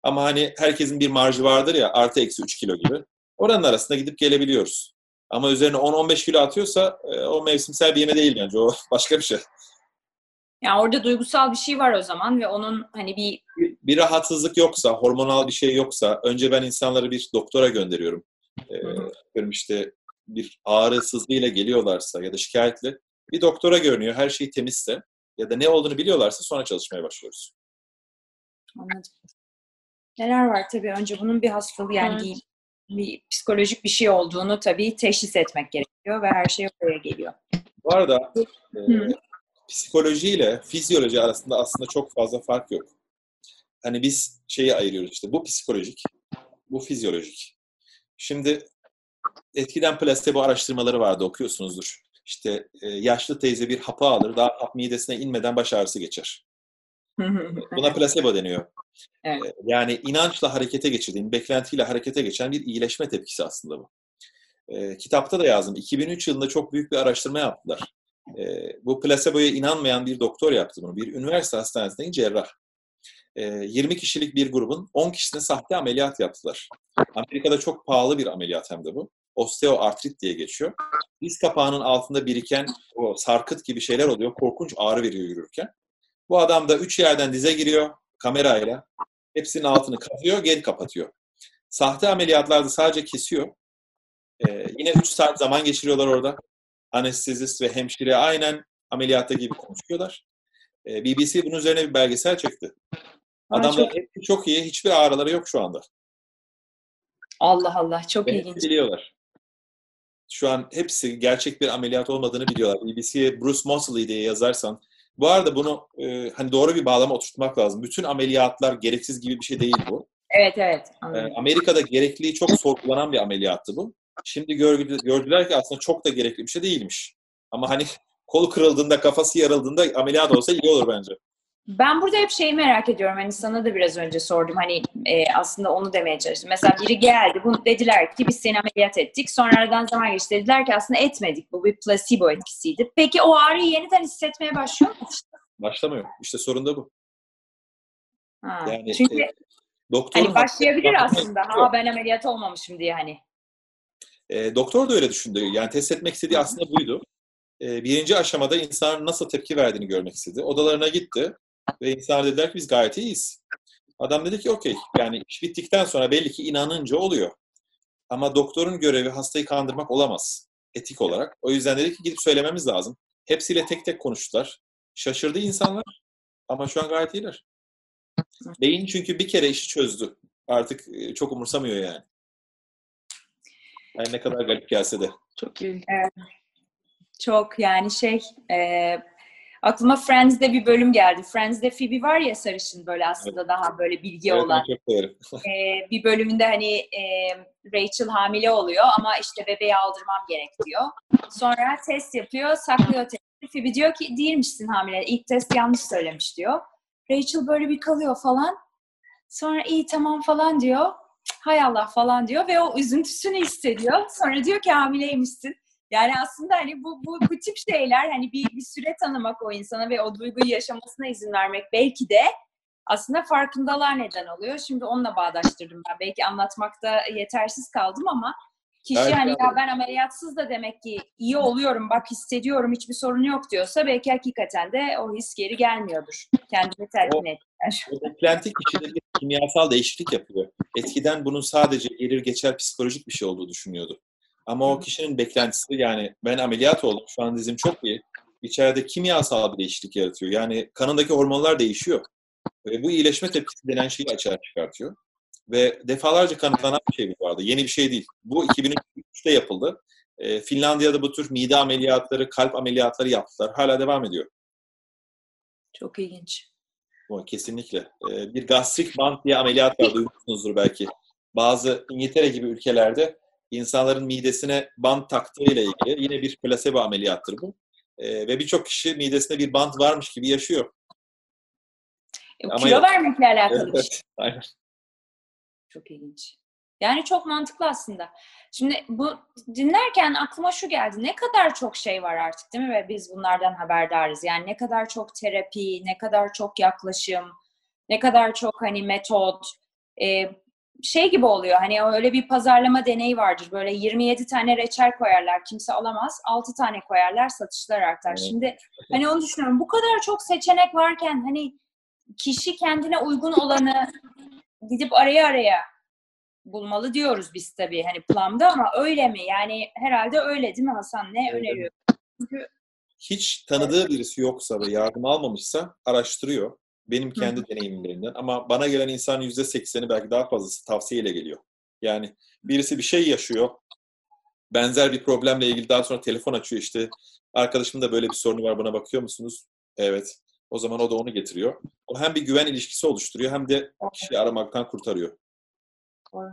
Ama hani herkesin bir marjı vardır ya, artı eksi üç kilo gibi. Oranın arasında gidip gelebiliyoruz. Ama üzerine on on beş kilo atıyorsa o mevsimsel bir yeme değil bence. O başka bir şey. Yani orada duygusal bir şey var o zaman ve onun hani bir... Bir rahatsızlık yoksa, hormonal bir şey yoksa önce ben insanları bir doktora gönderiyorum. Ee, işte bir ağrı sızlığıyla geliyorlarsa ya da şikayetle bir doktora görünüyor. Her şey temizse ya da ne olduğunu biliyorlarsa sonra çalışmaya başlıyoruz. Anladım. Neler var tabii. Önce bunun bir hastalığı yani Evet. değil, bir psikolojik bir şey olduğunu tabii teşhis etmek gerekiyor ve her şey oraya geliyor. Bu arada e, psikolojiyle fizyoloji arasında aslında çok fazla fark yok. Hani biz şeyi ayırıyoruz işte, bu psikolojik, bu fizyolojik. Şimdi eskiden plasebo araştırmaları vardı, okuyorsunuzdur. İşte e, yaşlı teyze bir hapı alır, daha hap midesine inmeden baş ağrısı geçer. Buna plasebo deniyor. Evet. E, yani inançla harekete geçirdiğin, beklentiyle harekete geçen bir iyileşme tepkisi aslında bu. E, kitapta da yazdım. iki bin üç yılında çok büyük bir araştırma yaptılar. E, bu plaseboya inanmayan bir doktor yaptı bunu. Bir üniversite hastanesindeki cerrah. E, yirmi kişilik bir grubun on kişisine sahte ameliyat yaptılar. Amerika'da çok pahalı bir ameliyat hem de bu. Osteoartrit diye geçiyor. Diz kapağının altında biriken o sarkıt gibi şeyler oluyor. Korkunç ağrı veriyor yürürken. Bu adam da üç yerden dize giriyor kamerayla. Hepsinin altını kazıyor, geri kapatıyor. Sahte ameliyatlarda sadece kesiyor. Ee, yine üç saat zaman geçiriyorlar orada. Anestezist ve hemşire aynen ameliyatta gibi konuşuyorlar. Ee, B B C bunun üzerine bir belgesel çekti. Adamlar çok... hepsi çok iyi. Hiçbir ağrıları yok şu anda. Allah Allah. Çok Ve ilginç. hepsi biliyorlar. Şu an hepsi gerçek bir ameliyat olmadığını biliyorlar. B B C'ye Bruce Moseley diye yazarsan. Bu arada bunu e, hani doğru bir bağlama oturtmak lazım. Bütün ameliyatlar gereksiz gibi bir şey değil bu. Evet evet. E, Amerika'da gerekliliği çok sorgulanan bir ameliyattı bu. Şimdi gördüler, gördüler ki aslında çok da gerekli bir şey değilmiş. Ama hani kolu kırıldığında, kafası yarıldığında ameliyat olsa iyi olur bence. Ben burada hep şeyi merak ediyorum. Hani sana da biraz önce sordum. Hani e, aslında onu demeye çalıştım. Mesela biri geldi. Bunu dediler ki biz seni ameliyat ettik. Sonra aradan zaman geçti. Dediler ki aslında etmedik. Bu bir placebo etkisiydi. Peki o ağrıyı yeniden hissetmeye başlıyor mu? Başlamıyor. İşte sorun da bu. Ha. Yani Çünkü e, doktorun hani başlayabilir hasta- aslında. Ha ben ameliyat olmamışım diye hani. E, doktor da öyle düşündü. Yani test etmek istediği aslında buydu. E, birinci aşamada insanların nasıl tepki verdiğini görmek istedi. Odalarına gitti ve insanlar dediler ki biz gayet iyiyiz. Adam dedi ki okey. Yani iş bittikten sonra belli ki inanınca oluyor. Ama doktorun görevi hastayı kandırmak olamaz etik olarak. O yüzden dedi ki gidip söylememiz lazım. Hepsiyle tek tek konuştular. Şaşırdı insanlar ama şu an gayet iyiler. Beyin çünkü bir kere işi çözdü. Artık çok umursamıyor yani. Yani ne kadar garip gelse de. Çok iyi. Evet. Çok yani şey e, aklıma Friends'de bir bölüm geldi. Friends'de Phoebe var ya sarışın böyle aslında evet. Daha böyle bilgi evet, olan. çok severim. e, bir bölümünde hani e, Rachel hamile oluyor ama işte bebeği aldırmam gerek diyor. Sonra test yapıyor, saklıyor testi. Phoebe diyor ki değilmişsin hamile. İlk test yanlış söylemiş diyor. Rachel böyle bir kalıyor falan. Sonra iyi tamam falan diyor. Hay Allah falan diyor ve o üzüntüsünü hissediyor. Sonra diyor ki hamileymişsin. Yani aslında hani bu, bu, bu tip şeyler hani bir, bir süre tanımak o insana ve o duyguyu yaşamasına izin vermek belki de aslında farkındalığa neden oluyor. Şimdi onunla bağdaştırdım ben. Belki anlatmakta yetersiz kaldım ama kişi evet, hani ya ben ameliyatsız da demek ki iyi oluyorum, bak hissediyorum, hiçbir sorun yok diyorsa belki hakikaten de o his geri gelmiyordur. Kendini telkin et. O beklenti kişide bir kimyasal değişiklik yapıyor. Eskiden bunun sadece gelir geçer psikolojik bir şey olduğu düşünüyordu. Ama o kişinin beklentisi yani ben ameliyat oldum, şu an dizim çok iyi. İçeride kimyasal bir değişiklik yaratıyor. Yani kanındaki hormonlar değişiyor. Ve bu iyileşme tepkisi denen şeyi açığa çıkartıyor. Ve defalarca kanıtlanan bir şey bu arada. Yeni bir şey değil. Bu iki bin üçte yapıldı. E, Finlandiya'da bu tür mide ameliyatları, kalp ameliyatları yaptılar. Hala devam ediyor. Çok ilginç. Bu, kesinlikle. E, bir gastrik bant diye ameliyat var. Duymuşsunuzdur belki. Bazı İngiltere gibi ülkelerde insanların midesine bant taktığıyla ilgili yine bir plasebo ameliyattır bu. E, ve birçok kişi midesinde bir bant varmış gibi yaşıyor. E, kilo yok. Vermekle alakalı evet, bir şey. Aynen. Çok ilginç. Yani çok mantıklı aslında. Şimdi bu dinlerken aklıma şu geldi. Ne kadar çok şey var artık değil mi? Ve biz bunlardan haberdarız. Yani ne kadar çok terapi, ne kadar çok yaklaşım, ne kadar çok hani metot. e, şey gibi oluyor. Hani öyle bir pazarlama deneyi vardır. Böyle yirmi yedi tane reçel koyarlar. Kimse alamaz. altı tane koyarlar. Satışlar artar. Evet. Şimdi hani onu düşünüyorum. Bu kadar çok seçenek varken hani kişi kendine uygun olanı gidip araya araya bulmalı diyoruz biz tabii. Hani planda ama öyle mi? Yani herhalde öyle değil mi Hasan? Ne Evet. öneriyorsun? Çünkü Hiç tanıdığı birisi yoksa ve yardım almamışsa araştırıyor. Benim kendi Hı. deneyimlerimden. Ama bana gelen insanın yüzde sekseni belki daha fazlası tavsiyeyle geliyor. Yani birisi bir şey yaşıyor. Benzer bir problemle ilgili daha sonra telefon açıyor işte. Arkadaşımın da böyle bir sorunu var, bana bakıyor musunuz? Evet. O zaman o da onu getiriyor. O hem bir güven ilişkisi oluşturuyor hem de kişiyi aramaktan kurtarıyor. Doğru.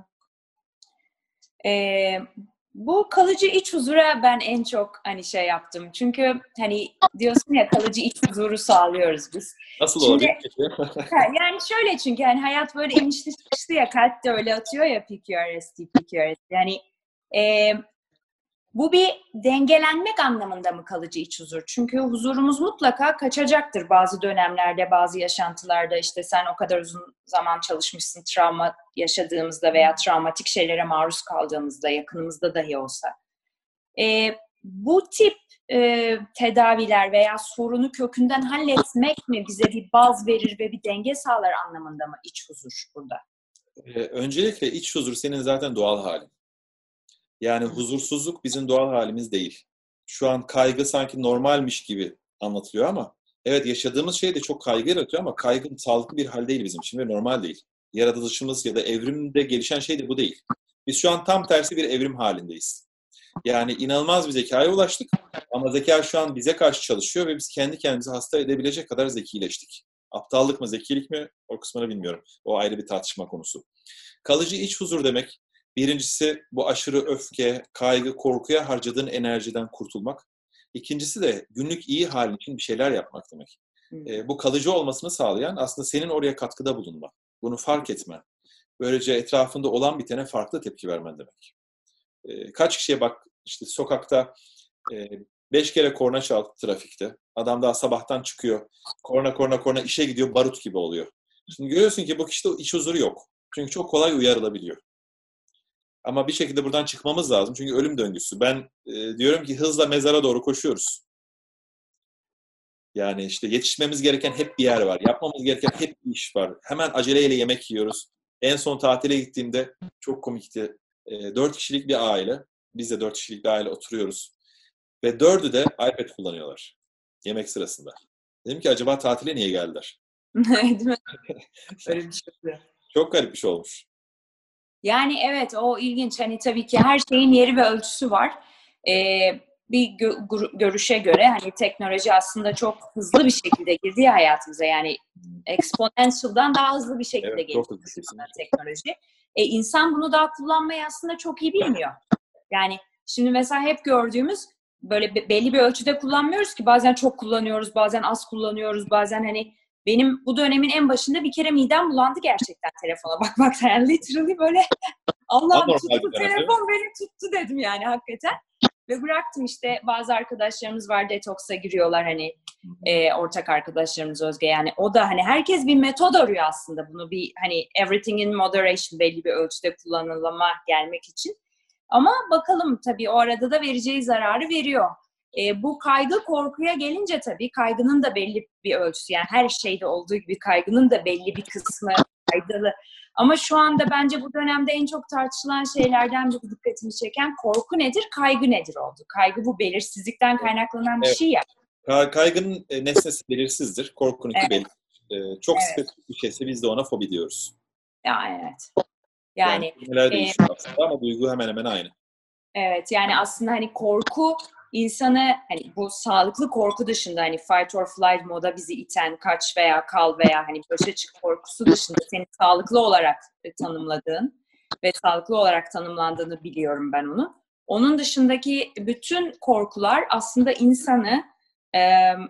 Ee, bu kalıcı iç huzura ben en çok hani şey yaptım. Çünkü hani diyorsun ya kalıcı iç huzuru sağlıyoruz biz. Nasıl Şimdi olabilir peki? ha, yani şöyle çünkü hani hayat böyle inişli çıkışlı ya kalp de öyle atıyor ya P Q R S, P Q R S. Yani e, bu bir dengelenmek anlamında mı kalıcı iç huzur? Çünkü huzurumuz mutlaka kaçacaktır bazı dönemlerde, bazı yaşantılarda. İşte sen o kadar uzun zaman çalışmışsın travma yaşadığımızda veya travmatik şeylere maruz kaldığımızda, yakınımızda dahi olsa. Ee, bu tip e, tedaviler veya sorunu kökünden halletmek mi bize bir baz verir ve bir denge sağlar anlamında mı iç huzur burada? Ee, öncelikle iç huzur senin zaten doğal halin. Yani huzursuzluk bizim doğal halimiz değil. Şu an kaygı sanki normalmiş gibi anlatılıyor ama evet yaşadığımız şey de çok kaygı yaratıyor ama kaygı sağlıklı bir hal değil bizim için ve normal değil. Yaratılışımız ya da evrimde gelişen şey de bu değil. Biz şu an tam tersi bir evrim halindeyiz. Yani inanılmaz bir zekaya ulaştık ama zeka şu an bize karşı çalışıyor ve biz kendi kendimizi hasta edebilecek kadar zekileştik. Aptallık mı, zekilik mi? O kısmını bilmiyorum. O ayrı bir tartışma konusu. Kalıcı iç huzur demek, birincisi bu aşırı öfke, kaygı, korkuya harcadığın enerjiden kurtulmak. İkincisi de günlük iyi halin için bir şeyler yapmak demek. E, bu kalıcı olmasını sağlayan aslında senin oraya katkıda bulunma. Bunu fark etmen. Böylece etrafında olan bitene farklı tepki vermen demek. E, kaç kişiye bak işte sokakta e, beş kere korna çaldı trafikte. Adam daha sabahtan çıkıyor. Korna korna korna işe gidiyor, barut gibi oluyor. Şimdi görüyorsun ki bu kişide iç huzuru yok. Çünkü çok kolay uyarılabiliyor. Ama bir şekilde buradan çıkmamız lazım. Çünkü ölüm döngüsü. Ben e, diyorum ki hızla mezara doğru koşuyoruz. Yani işte yetişmemiz gereken hep bir yer var. Yapmamız gereken hep bir iş var. Hemen aceleyle yemek yiyoruz. En son tatile gittiğimde çok komikti. E, dört kişilik bir aile. Biz de dört kişilik bir aile oturuyoruz. Ve dördü de iPad kullanıyorlar. Yemek sırasında. Dedim ki acaba tatile niye geldiler? Değil mi? Öyle bir şey oluyor. Çok garip bir şey olmuş. Yani evet o ilginç. Hani tabii ki her şeyin yeri ve ölçüsü var. Ee, bir gö- görüşe göre hani teknoloji aslında çok hızlı bir şekilde girdi ya hayatımıza. Yani exponential'dan daha hızlı bir şekilde Evet, gelişti çok hızlı kesinlikle. teknoloji. E, insan bunu daha kullanmayı aslında çok iyi bilmiyor. Yani şimdi mesela hep gördüğümüz böyle be- belli bir ölçüde kullanmıyoruz ki bazen çok kullanıyoruz, bazen az kullanıyoruz, bazen hani benim bu dönemin en başında bir kere midem bulandı gerçekten telefona bakmaktan. Yani literally böyle Allah'ım Anormal tuttu bir dönem, değil mi? telefon beni tuttu dedim yani hakikaten. Ve bıraktım işte bazı arkadaşlarımız var detoksa giriyorlar hani e, ortak arkadaşlarımız Özge yani o da hani herkes bir metod arıyor aslında bunu bir hani everything in moderation belli bir ölçüde kullanılma gelmek için. Ama bakalım tabii o arada da vereceği zararı veriyor. E, bu kaygı korkuya gelince tabii kaygının da belli bir ölçüsü yani her şeyde olduğu gibi kaygının da belli bir kısmı faydalı. Ama şu anda bence bu dönemde en çok tartışılan şeylerden biri dikkatimi çeken korku nedir, kaygı nedir oldu. Kaygı bu belirsizlikten kaynaklanan bir Evet. şey ya. Ka- Kaygının e, nesnesi belirsizdir, korkununki Evet. belli. E, çok Evet. spesifik bir şeyse biz de ona fobi diyoruz. Ya, evet. Yani Yani kelimeler e, değişiyor aslında ama duygu hemen hemen aynı. evet yani aslında hani korku insanı hani bu sağlıklı korku dışında hani fight or flight moda bizi iten kaç veya kal veya hani başa çık korkusu dışında seni sağlıklı olarak tanımladığın ve sağlıklı olarak tanımlandığını biliyorum ben onu. Onun dışındaki bütün korkular aslında insanı e,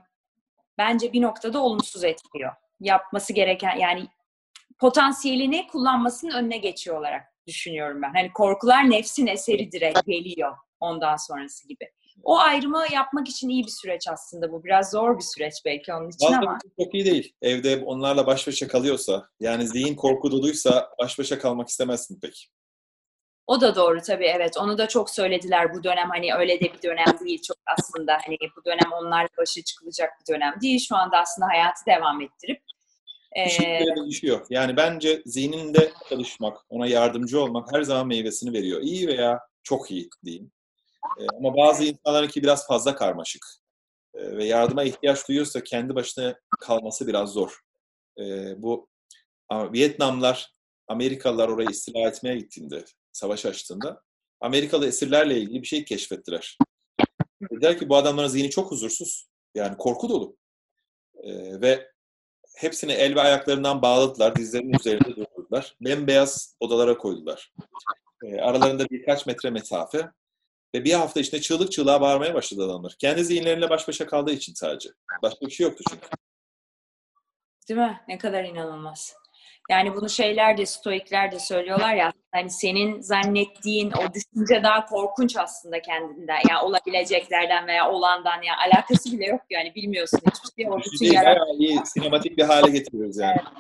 bence bir noktada olumsuz etkiliyor. Yapması gereken yani potansiyelini kullanmasının önüne geçiyor olarak düşünüyorum ben. Hani korkular nefsin eseri direkt geliyor ondan sonrası gibi. O ayrımı yapmak için iyi bir süreç aslında bu. Biraz zor bir süreç belki onun için Bazıları ama. için çok iyi değil. Evde onlarla baş başa kalıyorsa, yani zihin korku doluysa baş başa kalmak istemezsin pek. O da doğru tabii, evet. Onu da çok söylediler bu dönem, hani öyle de bir dönem değil çok aslında. Hani bu dönem onlarla başa çıkılacak bir dönem değil. Şu anda aslında hayatı devam ettirip. Bir şekilde değişiyor. Yani bence zihninde çalışmak, ona yardımcı olmak her zaman meyvesini veriyor. İyi veya çok iyi diyeyim. Ee, ama bazı insanlarınki biraz fazla karmaşık. Ee, ve yardıma ihtiyaç duyuyorsa kendi başına kalması biraz zor. Ee, bu ama Vietnamlar, Amerikalılar orayı istila etmeye gittiğinde, savaş açtığında Amerikalı esirlerle ilgili bir şey keşfettiler. Dediler ki bu adamların zihni çok huzursuz. Yani korku dolu. Ee, ve hepsini el ve ayaklarından bağladılar, dizlerinin üzerinde durdurdular. Bembeyaz odalara koydular. E, aralarında birkaç metre mesafe ve bir hafta içinde çığlık çığlığa bağırmaya başladı adamlar. Kendi zihinleriyle baş başa kaldığı için sadece. Başka bir şey yoktu çünkü. Değil mi? Ne kadar inanılmaz. Yani bunu şeyler de, stoikler de söylüyorlar ya, hani senin zannettiğin o düşünce daha korkunç aslında kendinden. Yani olabileceklerden veya olandan, ya alakası bile yok yani, bilmiyorsun hiçbir şey. O bütün Düşünceyi yarat- bayağı iyi, sinematik bir hale getiriyoruz yani. Evet.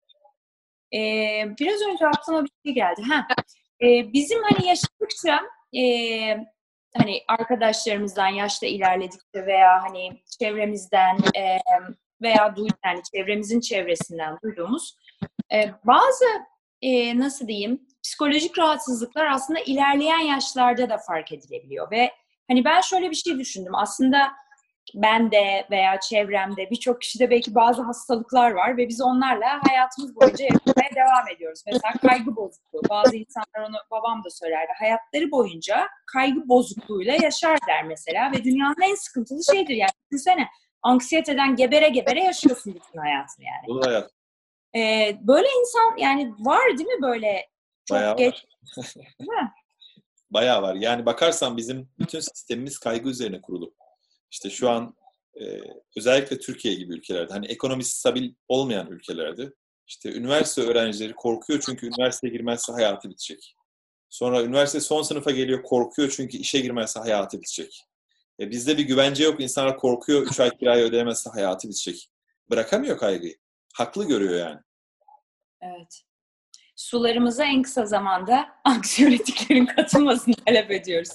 Ee, biraz önce aklıma bir şey geldi. Ha, e, bizim hani yaşadıkça e, hani arkadaşlarımızdan yaşta ilerledikçe veya hani çevremizden e, veya duy, yani çevremizin çevresinden duyduğumuz e, bazı e, nasıl diyeyim psikolojik rahatsızlıklar aslında ilerleyen yaşlarda da fark edilebiliyor ve hani ben şöyle bir şey düşündüm aslında. Ben de veya çevremde birçok kişide belki bazı hastalıklar var ve biz onlarla hayatımız boyunca yaşamaya devam ediyoruz. Mesela kaygı bozukluğu. Bazı insanlar, onu babam da söylerdi, hayatları boyunca kaygı bozukluğuyla yaşar der mesela ve dünyanın en sıkıntılı şeydir. Yani düşünsene, anksiyeteden gebere gebere yaşıyorsun bütün hayatını yani. Bu hayat. Ee, böyle insan yani var değil mi, böyle çok Bayağı geç var. değil mi? Bayağı var. Yani bakarsan bizim bütün sistemimiz kaygı üzerine kurulu. İşte şu an e, özellikle Türkiye gibi ülkelerde, hani ekonomisi stabil olmayan ülkelerde, işte üniversite öğrencileri korkuyor çünkü üniversiteye girmezse hayatı bitecek. Sonra üniversite son sınıfa geliyor, korkuyor çünkü işe girmezse hayatı bitecek. E, bizde bir güvence yok, insanlar korkuyor, üç ay kirayı ödeyemezse hayatı bitecek. Bırakamıyor kaygıyı. Haklı görüyor yani. Evet. Sularımıza en kısa zamanda anksiyoliklerin katılmasını talep ediyoruz.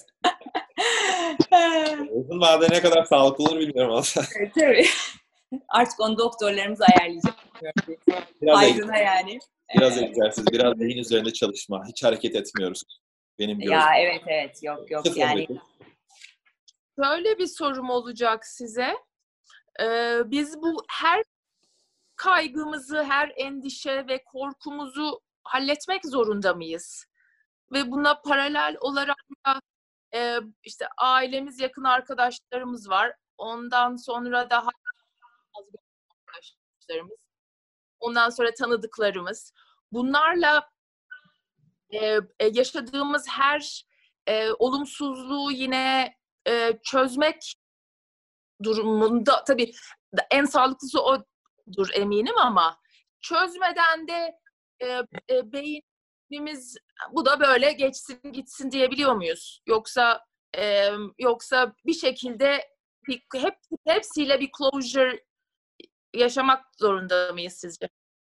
Uzun vadede ne kadar sağlıklı olur bilmiyorum aslında. Evet, tabii. Artık onu doktorlarımız ayarlayacak. Biraz Ayrına yani. Biraz Evet. egzersiz, biraz zihin üzerinde çalışma. Hiç hareket etmiyoruz. Benim Ya gördüğüm. evet evet yok yok Sıfır yani. hareket. Şöyle bir sorum olacak size. Ee, biz bu her kaygımızı, her endişe ve korkumuzu halletmek zorunda mıyız? Ve buna paralel olarak da e, işte ailemiz, yakın arkadaşlarımız var. Ondan sonra da arkadaşlarımız. Ondan sonra tanıdıklarımız. Bunlarla e, yaşadığımız her e, olumsuzluğu yine e, çözmek durumunda, tabii en sağlıklısı odur eminim, ama çözmeden de e, e, beynimiz bu da böyle geçsin gitsin diyebiliyor muyuz? Yoksa e, yoksa bir şekilde bir, hep hepsiyle bir closure yaşamak zorunda mıyız sizce?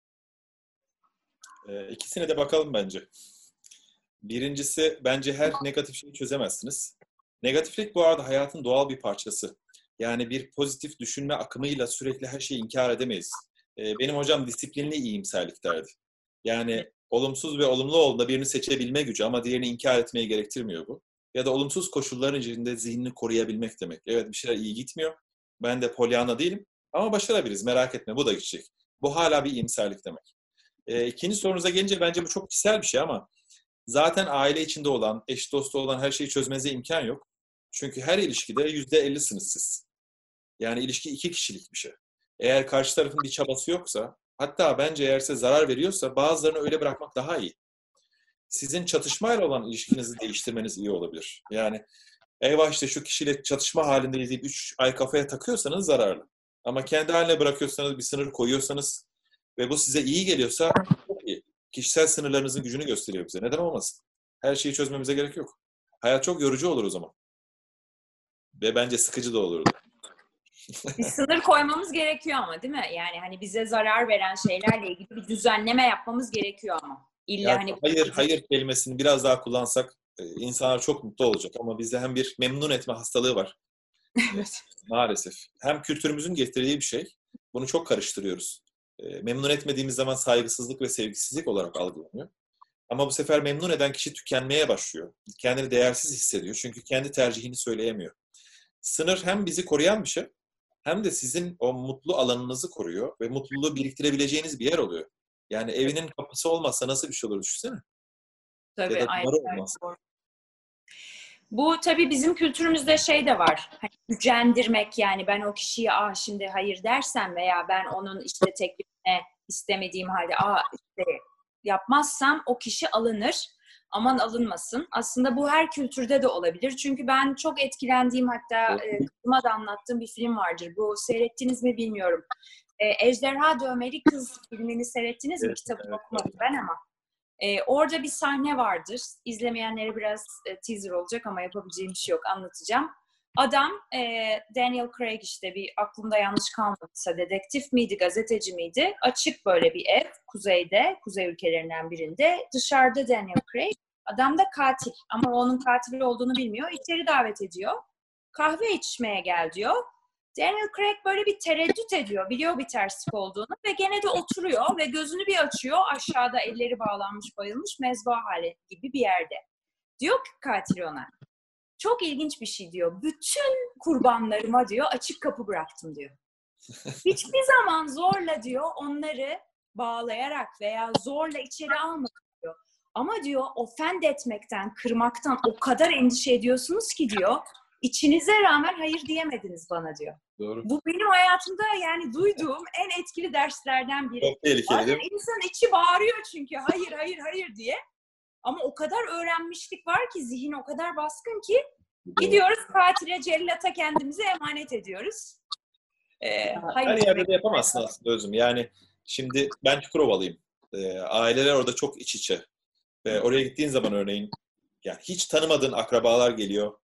Ee, ikisine de bakalım bence. Birincisi, bence her negatif şeyi çözemezsiniz. Negatiflik bu arada hayatın doğal bir parçası. Yani bir pozitif düşünme akımıyla sürekli her şeyi inkar edemeyiz. Ee, benim hocam disiplinli iyimserlik derdi. Yani olumsuz ve olumlu olduğunda birini seçebilme gücü ama diğerini inkar etmeyi gerektirmiyor bu. Ya da olumsuz koşulların içinde zihnini koruyabilmek demek. Evet, bir şeyler iyi gitmiyor. Ben de Pollyanna değilim ama başarabiliriz, merak etme, bu da gidecek. Bu hala bir iyimserlik demek. Ee, ikinci sorunuza gelince bence bu çok kişisel bir şey ama zaten aile içinde olan, eş dostu olan her şeyi çözmenize imkan yok. Çünkü her ilişkide yüzde ellisiniz siz. Yani ilişki iki kişilik bir şey. Eğer karşı tarafın bir çabası yoksa, hatta bence eğer size zarar veriyorsa bazılarını öyle bırakmak daha iyi. Sizin çatışmayla olan ilişkinizi değiştirmeniz iyi olabilir. Yani eyvah işte şu kişiyle çatışma halindeyiz deyip üç ay kafaya takıyorsanız zararlı. Ama kendi haline bırakıyorsanız, bir sınır koyuyorsanız ve bu size iyi geliyorsa çok iyi. Kişisel sınırlarınızın gücünü gösteriyor bize. Neden olmasın? Her şeyi çözmemize gerek yok. Hayat çok yorucu olur o zaman. Ve bence sıkıcı da olurdu. Bir sınır koymamız gerekiyor ama değil mi? Yani hani bize zarar veren şeylerle ilgili bir düzenleme yapmamız gerekiyor ama. İlla Yani hani hayır, hayır kelimesini biraz daha kullansak e, insanlar çok mutlu olacak. Ama bizde hem bir memnun etme hastalığı var. Evet. Maalesef. Hem kültürümüzün getirdiği bir şey. Bunu çok karıştırıyoruz. E, memnun etmediğimiz zaman saygısızlık ve sevgisizlik olarak algılanıyor. Ama bu sefer memnun eden kişi tükenmeye başlıyor. Kendini değersiz hissediyor. Çünkü kendi tercihini söyleyemiyor. Sınır hem bizi koruyan bir şey, hem de sizin o mutlu alanınızı koruyor ve mutluluğu biriktirebileceğiniz bir yer oluyor. Yani evinin kapısı olmazsa nasıl bir şey olur düşünsene. Tabii, Ya da aynen. duvarı olmaz. Bu tabii bizim kültürümüzde şey de var. Hani gücendirmek, yani ben o kişiye ah şimdi hayır dersem veya ben onun işte teklifine istemediğim halde ah işte yapmazsam o kişi alınır. Aman alınmasın. Aslında bu her kültürde de olabilir. Çünkü ben çok etkilendiğim, hatta e, kızıma da anlattığım bir film vardır. Bu seyrettiniz mi bilmiyorum. E, Ejderha Dövmeli Kız filmini seyrettiniz mi? Evet, Kitabını evet, okumadım ben ama. Ee, orada bir sahne vardır. İzlemeyenlere biraz e, teaser olacak ama yapabileceğim bir şey yok. Anlatacağım. Adam, e, Daniel Craig, işte bir aklımda yanlış kalmadıysa dedektif miydi, gazeteci miydi? Açık böyle bir ev, kuzeyde, kuzey ülkelerinden birinde. Dışarıda Daniel Craig. Adam da katil ama onun katil olduğunu bilmiyor. İçeri davet ediyor. Kahve içmeye gel diyor. Daniel Craig böyle bir tereddüt ediyor. Biliyor bir terslik olduğunu ve gene de oturuyor ve gözünü bir açıyor. Aşağıda elleri bağlanmış, bayılmış, mezba hali gibi bir yerde. Diyor ki katil ona, çok ilginç bir şey diyor. Bütün kurbanlarıma diyor açık kapı bıraktım diyor. Hiçbir zaman zorla diyor onları bağlayarak veya zorla içeri almadım diyor. Ama diyor ofend etmekten, kırmaktan o kadar endişe ediyorsunuz ki diyor, içinize rağmen hayır diyemediniz bana diyor. Doğru. Bu benim hayatımda yani duyduğum en etkili derslerden biri. Çok tehlikeli değil mi? İnsan içi bağırıyor çünkü hayır hayır hayır diye. Ama o kadar öğrenmişlik var ki, zihin o kadar baskın ki gidiyoruz katile, cellata kendimizi emanet ediyoruz. Ee, Her yerde de yapamazsın aslında Özüm. Yani şimdi ben Çukurovalıyım. Ee, aileler orada çok iç içe. Ve oraya gittiğin zaman örneğin yani hiç tanımadığın akrabalar geliyor.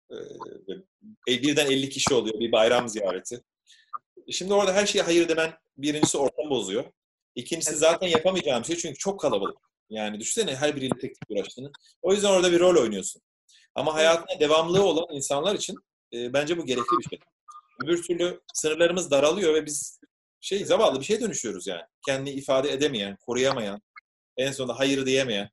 Ee, birden elli kişi oluyor bir bayram ziyareti. Şimdi orada her şeye hayır demen birincisi ortam bozuyor. İkincisi zaten yapamayacağım şey çünkü çok kalabalık. Yani düşünsene her biriyle tek tek uğraştığını. O yüzden orada bir rol oynuyorsun. Ama hayatına devamlılığı olan insanlar için e, bence bu gerekli bir şey. Öbür türlü sınırlarımız daralıyor ve biz şey zavallı bir şeye dönüşüyoruz yani. Kendini ifade edemeyen, koruyamayan, en sonunda hayır diyemeyen.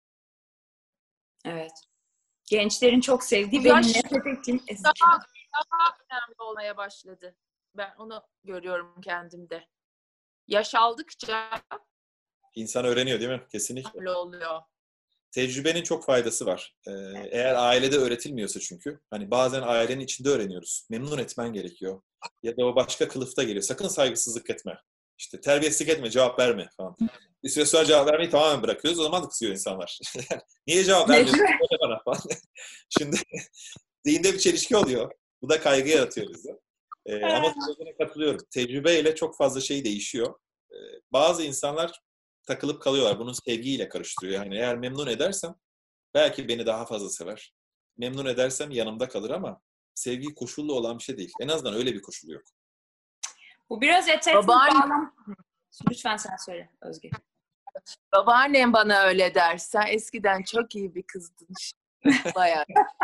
Evet. Gençlerin çok sevdiği, Bu benim yaş- nefret ettiğim Daha, daha önemli olmaya başladı. Ben onu görüyorum kendimde. Yaş aldıkça İnsan öğreniyor değil mi? Kesinlikle. öyle oluyor. Tecrübenin çok faydası var. Ee, eğer ailede öğretilmiyorsa çünkü, hani bazen ailenin içinde öğreniyoruz. Memnun etmen gerekiyor. Ya da o başka kılıfta geliyor. Sakın saygısızlık etme. İşte terbiyesizlik etme, cevap verme falan. Bir süre sonra cevap vermeyi tamamen bırakıyoruz. O zaman da kızıyor insanlar. Niye cevap vermiyorsun? Söyle bana falan. Şimdi zihinde bir çelişki oluyor. Bu da kaygı yaratıyor bize. Ee, ama sözüne katılıyorum. Tecrübeyle çok fazla şey değişiyor. Ee, bazı insanlar takılıp kalıyorlar. Bunu sevgiyle karıştırıyor. Yani eğer memnun edersem belki beni daha fazla sever. Memnun edersem yanımda kalır ama sevgi koşullu olan bir şey değil. En azından öyle bir koşulu yok. Bu biraz etek Babaanne- bağlam. Lütfen sen söyle Özge. Babaannem bana öyle der. Sen eskiden çok iyi bir kızdın. Bayağı.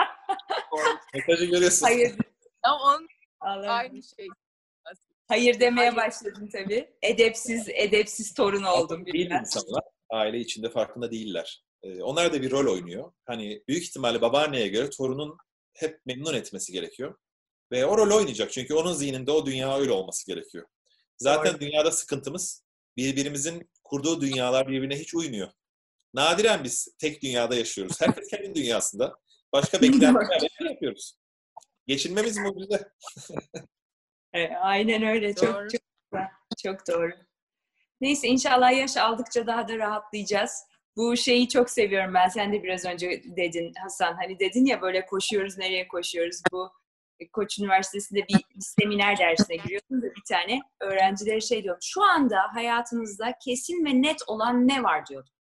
Mesajı görüyorsun. Hayır. Ama onun Allah'ım. aynı şey. Hayır demeye Hayır. başladın tabii. Edepsiz, edepsiz torun oldum Değil birden. insanlar. Aile içinde farkında değiller. Ee, onlar da bir rol oynuyor. Hani büyük ihtimalle babaanneye göre torunun hep memnun etmesi gerekiyor. Ve o rol oynayacak. Çünkü onun zihninde o dünya öyle olması gerekiyor. Zaten Doğru. dünyada sıkıntımız birbirimizin kurduğu dünyalar birbirine hiç uymuyor. Nadiren biz tek dünyada yaşıyoruz. Herkes kendi dünyasında. Başka beklentilerle yapıyoruz. Geçinmemiz mucize. Evet, aynen öyle. Çok, Doğru. çok güzel. Çok doğru. Neyse, inşallah yaş aldıkça daha da rahatlayacağız. Bu şeyi çok seviyorum ben. Sen de biraz önce dedin Hasan. Hani dedin ya böyle koşuyoruz, nereye koşuyoruz? Bu Koç Üniversitesi'nde bir, bir seminer dersine giriyorsun da bir tane öğrencilere şey diyorum. Şu anda hayatınızda kesin ve net olan ne var diyordum.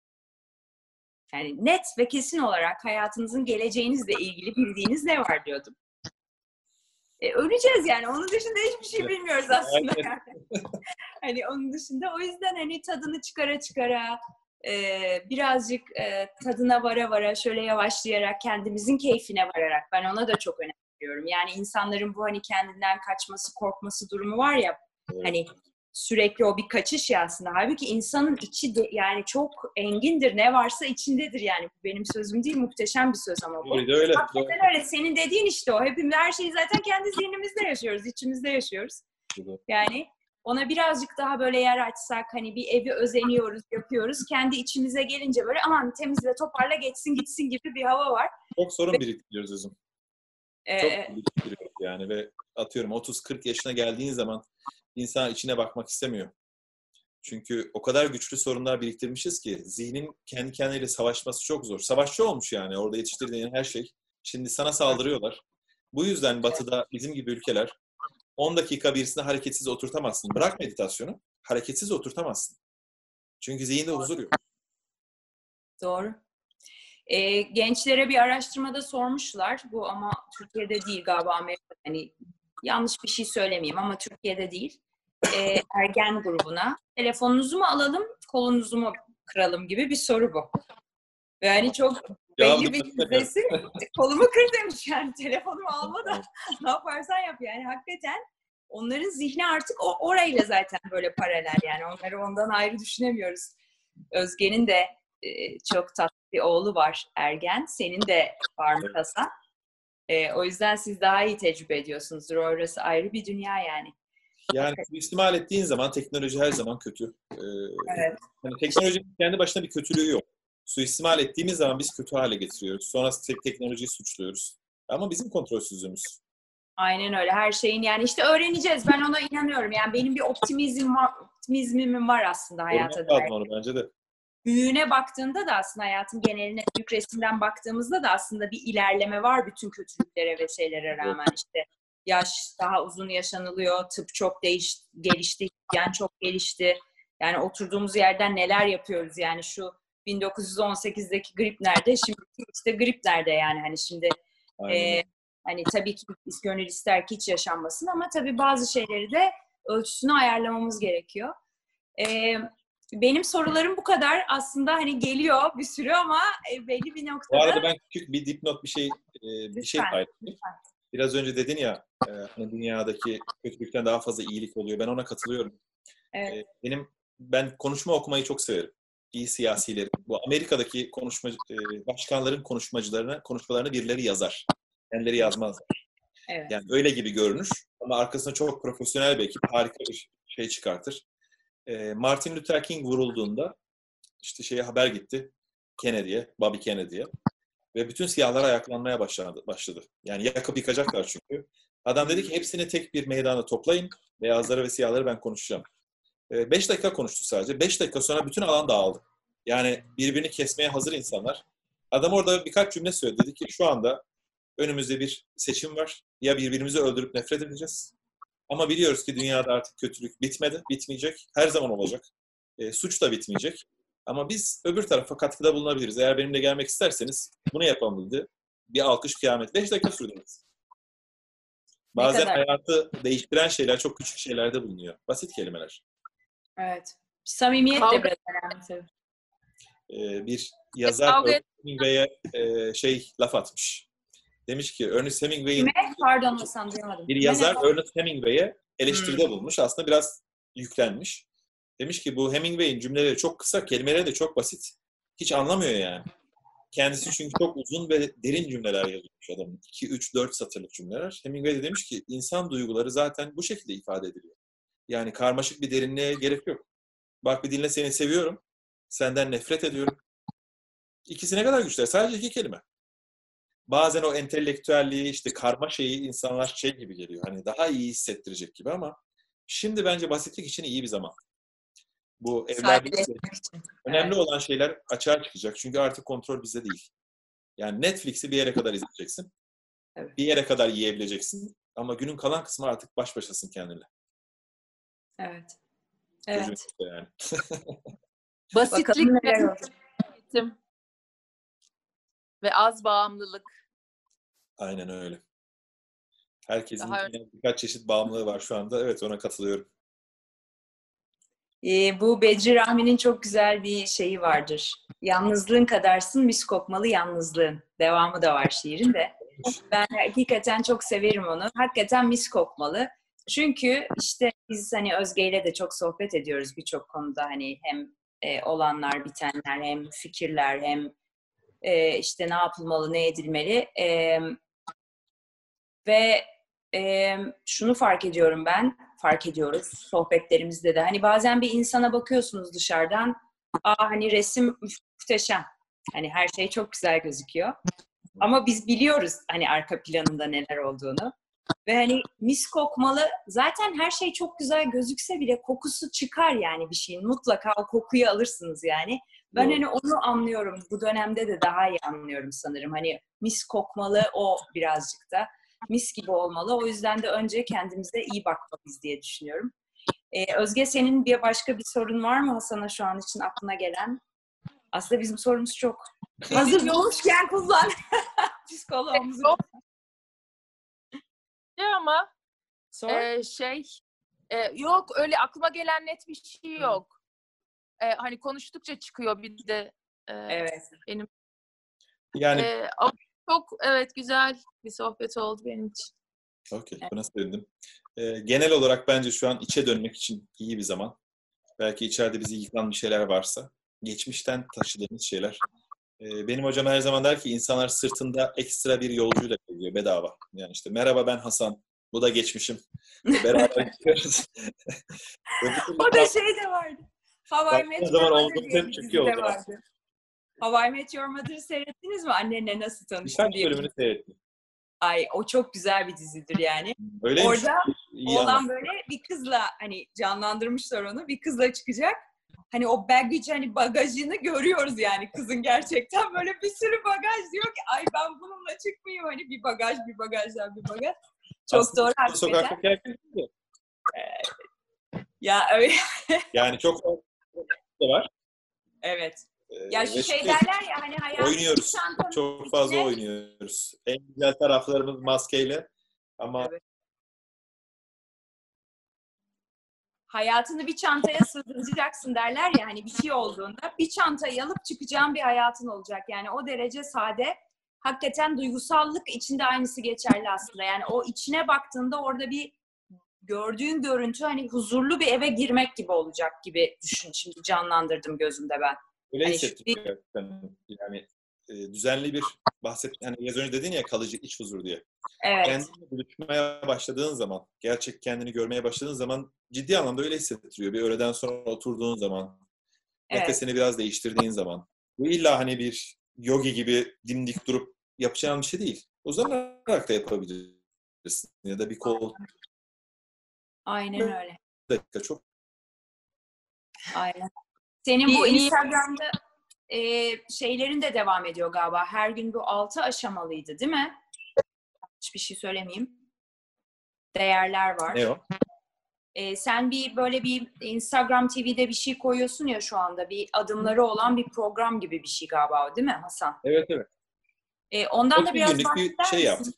Yani net ve kesin olarak hayatınızın geleceğinizle ilgili bildiğiniz ne var diyordum. E, öleceğiz yani. Onun dışında hiçbir şey bilmiyoruz aslında. Yani. Hani onun dışında o yüzden hani tadını çıkara çıkara e, birazcık e, tadına vara vara şöyle yavaşlayarak kendimizin keyfine vararak ben ona da çok önem veriyorum. Yani insanların bu hani kendinden kaçması, korkması durumu var ya Evet. Hani sürekli o bir kaçış ya aslında. Halbuki insanın içi de yani çok engindir. Ne varsa içindedir yani. Benim sözüm değil, muhteşem bir söz ama bu. Öyle öyle. Hakikaten öyle. Senin dediğin işte o. Hepimiz her şeyi zaten kendi zihnimizde yaşıyoruz, içimizde yaşıyoruz. Yani ona birazcık daha böyle yer açsak, hani bir evi özeniyoruz, yapıyoruz. Kendi içimize gelince böyle aman temizle, toparla, geçsin gitsin gibi bir hava var. Çok sorun ve, biriktiriyoruz özüm. E, Çok biriktiriyoruz yani ve atıyorum otuz kırk yaşına geldiğin zaman insan içine bakmak istemiyor. Çünkü o kadar güçlü sorunlar biriktirmişiz ki zihnin kendi kendiyle savaşması çok zor. Savaşçı olmuş yani orada yetiştirdiğin her şey. Şimdi sana saldırıyorlar. Bu yüzden Batı'da bizim gibi ülkeler on dakika birisini hareketsiz oturtamazsın. Bırak meditasyonu, hareketsiz oturtamazsın. Çünkü zihinde huzur yok. Doğru. E, gençlere bir araştırmada sormuşlar. Bu ama Türkiye'de değil galiba, Amerika'da. Hani yanlış bir şey söylemeyeyim ama Türkiye'de değil. E, ergen grubuna. Telefonunuzu mu alalım, kolunuzu mu kıralım gibi bir soru bu. Yani çok belli bir yüzdesi kolumu kır demiş yani. Telefonumu alma da ne yaparsan yap yani. Hakikaten onların zihni artık o orayla zaten böyle paralel yani. Onları ondan ayrı düşünemiyoruz. Özge'nin de e, çok tatlı bir oğlu var ergen. Senin de var mı Hasan? E, o yüzden siz daha iyi tecrübe ediyorsunuzdur. Orası ayrı bir dünya yani. Yani suistimal ettiğin zaman teknoloji her zaman kötü. Ee, evet. Yani teknolojinin kendi başına bir kötülüğü yok. Suistimal ettiğimiz zaman biz kötü hale getiriyoruz. Sonra tek teknolojiyi suçluyoruz. Ama bizim kontrolsüzlüğümüz. Aynen öyle. Her şeyin yani işte öğreneceğiz. Ben ona inanıyorum. Yani benim bir optimizm var, optimizmim var aslında hayata dair. Onu bence de. Büyüğüne baktığında da aslında hayatın geneline, büyük resimden baktığımızda da aslında bir ilerleme var bütün kötülüklere ve şeylere rağmen. İşte yaş daha uzun yaşanılıyor, tıp çok değiş, gelişti, yani çok gelişti. Yani oturduğumuz yerden neler yapıyoruz yani şu bin dokuz yüz on sekizdeki grip nerede, şimdi işte grip nerede yani hani şimdi e, hani tabii ki biz gönül ister ki hiç yaşanmasın ama tabii bazı şeyleri de ölçüsünü ayarlamamız gerekiyor. E, benim sorularım bu kadar. Aslında hani geliyor bir sürü ama belli bir noktada. Bu arada ben küçük bir dipnot bir şey e, bir lütfen, şey paylaşayım. Lütfen. Biraz önce dedin ya e, hani dünyadaki kötülükten daha fazla iyilik oluyor. Ben ona katılıyorum. Evet. E, benim ben konuşma okumayı çok severim. İyi siyasilerin. Bu Amerika'daki konuşma e, başkanların konuşmacılarına konuşmalarını birileri yazar. Kendileri yazmazlar. Evet. Yani öyle gibi görünür ama arkasında çok profesyonel bir ekip harika bir şey çıkartır. E, Martin Luther King vurulduğunda işte şeye haber gitti. Kennedy'ye, Bobby Kennedy'ye. Ve bütün siyahlar ayaklanmaya başladı. başladı. Yani yakıp yıkacaklar çünkü. Adam dedi ki hepsini tek bir meydana toplayın. Beyazları ve siyahları ben konuşacağım. E, beş dakika konuştu sadece. Beş dakika sonra bütün alan dağıldı. Yani birbirini kesmeye hazır insanlar. Adam orada birkaç cümle söyledi. Dedi ki şu anda önümüzde bir seçim var. Ya birbirimizi öldürüp nefret edeceğiz. Ama biliyoruz ki dünyada artık kötülük bitmedi, bitmeyecek. Her zaman olacak. E, suç da bitmeyecek. Ama biz öbür tarafa katkıda bulunabiliriz. Eğer benimle gelmek isterseniz bunu yapalım dedi. Bir alkış kıyamet. Beş dakika sürdü. Bazen hayatı değiştiren şeyler çok küçük şeylerde bulunuyor. Basit kelimeler. Evet. Samimiyet de biraz önemli. Ee, bir yazar Ernest Hemingway'e e, şey laf atmış. Demiş ki Ernest Hemingway'in Pardon Hasan duyamadım. Bir yazar Ernest Hemingway'e eleştiride hmm. bulmuş. Aslında biraz yüklenmiş. Demiş ki bu Hemingway'in cümleleri çok kısa, kelimeleri de çok basit. Hiç anlamıyor yani. Kendisi çünkü çok uzun ve derin cümleler yazmış adamın. iki, üç, dört satırlık cümleler. Hemingway de demiş ki insan duyguları zaten bu şekilde ifade ediliyor. Yani karmaşık bir derinliğe gerek yok. Bak bir dinle seni seviyorum. Senden nefret ediyorum. İkisi ne kadar güçler. Sadece iki kelime. Bazen o entelektüelliği, işte karma şeyi insanlar şey gibi geliyor. Hani daha iyi hissettirecek gibi ama şimdi bence basitlik için iyi bir zaman. Bu evlerde önemli evet. olan şeyler açığa çıkacak. Çünkü artık kontrol bizde değil. Yani Netflix'i bir yere kadar izleyeceksin. Evet. Bir yere kadar yiyebileceksin. Ama günün kalan kısmı artık baş başasın kendinle. Evet. Evet. Yani. Basitlik ve eğitim ve az bağımlılık. Aynen öyle. Herkesin Daha birkaç çeşit bağımlılığı var şu anda. Evet, ona katılıyorum. Ee, bu Bedri Rahmi'nin çok güzel bir şeyi vardır. Yalnızlığın kadarsın mis kokmalı yalnızlığın. Devamı da var şiirin de. Ben hakikaten çok severim onu. Hakikaten mis kokmalı. Çünkü işte biz hani Özge ile de çok sohbet ediyoruz birçok konuda. Hani hem e, olanlar, bitenler, hem fikirler, hem e, işte ne yapılmalı, ne edilmeli. E, ve e, şunu fark ediyorum ben, fark ediyoruz sohbetlerimizde de. Hani bazen bir insana bakıyorsunuz dışarıdan, aa hani resim muhteşem. Hani her şey çok güzel gözüküyor. Ama biz biliyoruz hani arka planında neler olduğunu. Ve hani mis kokmalı, zaten her şey çok güzel gözükse bile kokusu çıkar yani bir şeyin. Mutlaka o kokuyu alırsınız yani. Ben Doğru. hani onu anlıyorum. Bu dönemde de daha iyi anlıyorum sanırım. Hani mis kokmalı o birazcık da. Mis gibi olmalı. O yüzden de önce kendimize iyi bakmalıyız diye düşünüyorum. Ee, Özge, senin bir başka bir sorun var mı Hasan'a şu an için aklına gelen? Aslında bizim sorumuz çok. Hazır yoğuşken kullan. Psikoloğumuzu. Yok. Ama Sor. e, şey e, yok öyle aklıma gelen net bir şey yok. E, hani konuştukça çıkıyor bir de e, Evet. benim. Yani E, ama çok evet güzel bir sohbet oldu benim için. okey, buna sevindim. Ee, genel olarak bence şu an içe dönmek için iyi bir zaman. Belki içeride bizi yıkan bir şeyler varsa, geçmişten taşıdığımız şeyler. Ee, benim hocam her zaman der ki insanlar sırtında ekstra bir yolcuyla geliyor bedava. Yani işte merhaba ben Hasan, bu da geçmişim. Ve beraber gidiyoruz. Ve bu O da şey de vardı. How I Met baktığın zaman Your Mother omzum diye hep bir çıkıyor dizi o de zaman. vardı. How I Met Your Mother'ı seyrettiniz mi? Annenle nasıl tanıştın Birkaç diye. bölümünü seyrettim. Ay o çok güzel bir dizidir yani. Öyleymiş. Orada İyi anlat. oğlan böyle bir kızla hani canlandırmışlar onu. Bir kızla çıkacak. Hani o baggage hani bagajını görüyoruz yani kızın gerçekten böyle bir sürü bagaj diyor ki ay ben bununla çıkmayayım hani bir bagaj bir bagajdan bir bagaj. Çok Aslında doğru bu hakikaten. sokaktaki herkes de. Ya öyle. Yani çok da var. Evet. Ee, Ya şu ve şey şey, derler ya hani hayatın oynuyoruz. çantanın Çok fazla içine... oynuyoruz. En güzel taraflarımız maskeyle ama Evet. Hayatını bir çantaya sığdıracaksın derler ya hani bir şey olduğunda bir çantayı alıp çıkacağın bir hayatın olacak. Yani o derece sade. Hakikaten duygusallık içinde aynısı geçerli aslında. Yani o içine baktığında orada bir gördüğün görüntü hani huzurlu bir eve girmek gibi olacak gibi düşün. Şimdi canlandırdım gözümde ben. öyle Hani hissettim şu, gerçekten. Yani e, düzenli bir bahset, hani biraz önce dedin ya kalıcı iç huzur diye. evet. Kendinle buluşmaya başladığın zaman, gerçek kendini görmeye başladığın zaman ciddi anlamda öyle hissettiriyor. Bir öğleden sonra oturduğun zaman, Evet. nefesini biraz değiştirdiğin zaman. Bu illa hani bir yogi gibi dimdik durup yapacağın bir şey değil. Uzanarak da yapabilirsin. Ya da bir kol Aynen öyle. dakika çok. Aynen. Senin İyi, bu iyi. Instagram'da e, şeylerin de devam ediyor galiba. Her gün bu altı aşamalıydı değil mi? Hiçbir şey söylemeyeyim. Değerler var. Ne o? E, sen bir böyle bir Instagram T V'de bir şey koyuyorsun ya şu anda. Bir adımları olan bir program gibi bir şey galiba değil mi Hasan? Evet evet. E, ondan da otuz biraz günlük bir bahseder şey misin? yaptım.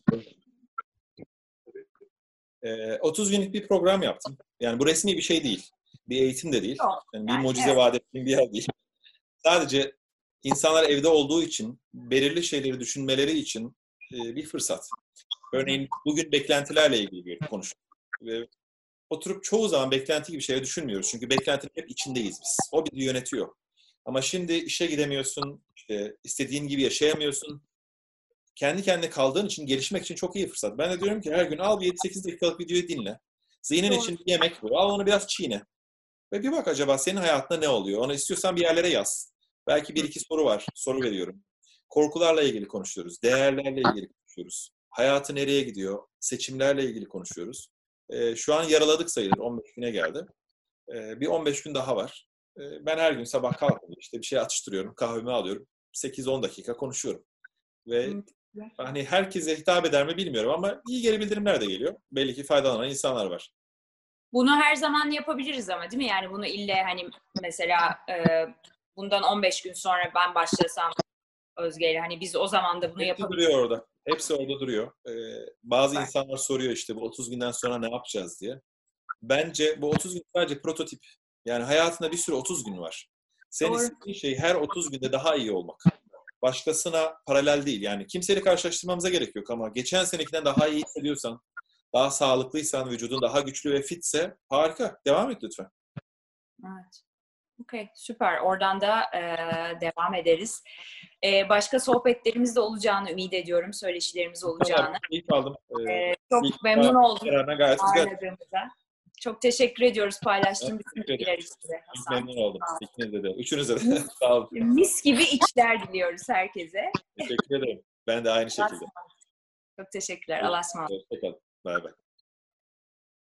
Ee, otuz günlük bir program yaptım. Yani bu resmi bir şey değil. Bir eğitim de değil. Yok. Yani bir Yani, mucize evet. vaat ettiğim bir yer değil. Sadece insanlar evde olduğu için, belirli şeyleri düşünmeleri için e, bir fırsat. Örneğin bugün beklentilerle ilgili bir konuştuk. Ve oturup çoğu zaman beklenti gibi şeyleri düşünmüyoruz. Çünkü beklentinin hep içindeyiz biz. O bizi yönetiyor. Ama şimdi işe gidemiyorsun, işte istediğin gibi yaşayamıyorsun. Kendi kendine kaldığın için gelişmek için çok iyi fırsat. Ben de diyorum ki her gün al bir yedi sekiz dakikalık videoyu dinle. Zihnin Doğru. için bir yemek bu. Al onu biraz çiğne. Ve bir bak acaba senin hayatında ne oluyor? Onu istiyorsan bir yerlere yaz. Belki bir iki soru var. Soru veriyorum. Korkularla ilgili konuşuyoruz. Değerlerle ilgili konuşuyoruz. Hayatı nereye gidiyor? Seçimlerle ilgili konuşuyoruz. Ee, şu an yaraladık sayılır. on beş güne geldi. Ee, bir on beş gün daha var. Ee, ben her gün sabah kalkıyorum. İşte bir şey atıştırıyorum. Kahvemi alıyorum. sekiz on dakika konuşuyorum. Ve hani herkese hitap eder mi bilmiyorum ama iyi geri bildirimler de geliyor. Belli ki faydalanan insanlar var. Bunu her zaman yapabiliriz ama değil mi? Yani bunu ille hani mesela e, bundan on beş gün sonra ben başlasam Özge'yle hani biz o zaman da bunu Hepsi yapabiliriz. duruyor orada. Hepsi orada duruyor. Ee, bazı insanlar soruyor işte bu otuz günden sonra ne yapacağız diye. Bence bu otuz gün sadece prototip. Yani hayatında bir sürü otuz gün var. Sen Doğru. istediğin şey her otuz günde daha iyi olmak. Başkasına paralel değil. Yani kimseyle karşılaştırmamıza gerek yok ama geçen senekinden daha iyi hissediyorsan, daha sağlıklıysan, vücudun daha güçlü ve fitse harika. Devam et lütfen. Evet. Okey, süper. Oradan da e, devam ederiz. E, başka sohbetlerimiz de olacağını ümit ediyorum. Söyleşilerimiz olacağını. İyi kaldım. Ee, E, çok ilk memnun oldum gayet güzel. ağırladığımıza. Çok teşekkür ediyoruz paylaştığın bütün Teşekkür bilgiler ederim. için de Çok Hasan. memnun oldum. Sağ ol. İkinize de. Üçünüze de. Sağ olun. Mis gibi içler diliyoruz herkese. Teşekkür ederim. Ben de aynı şekilde. Çok teşekkürler. Allah'a ısmarladık. Hoşçakalın. Bay bay.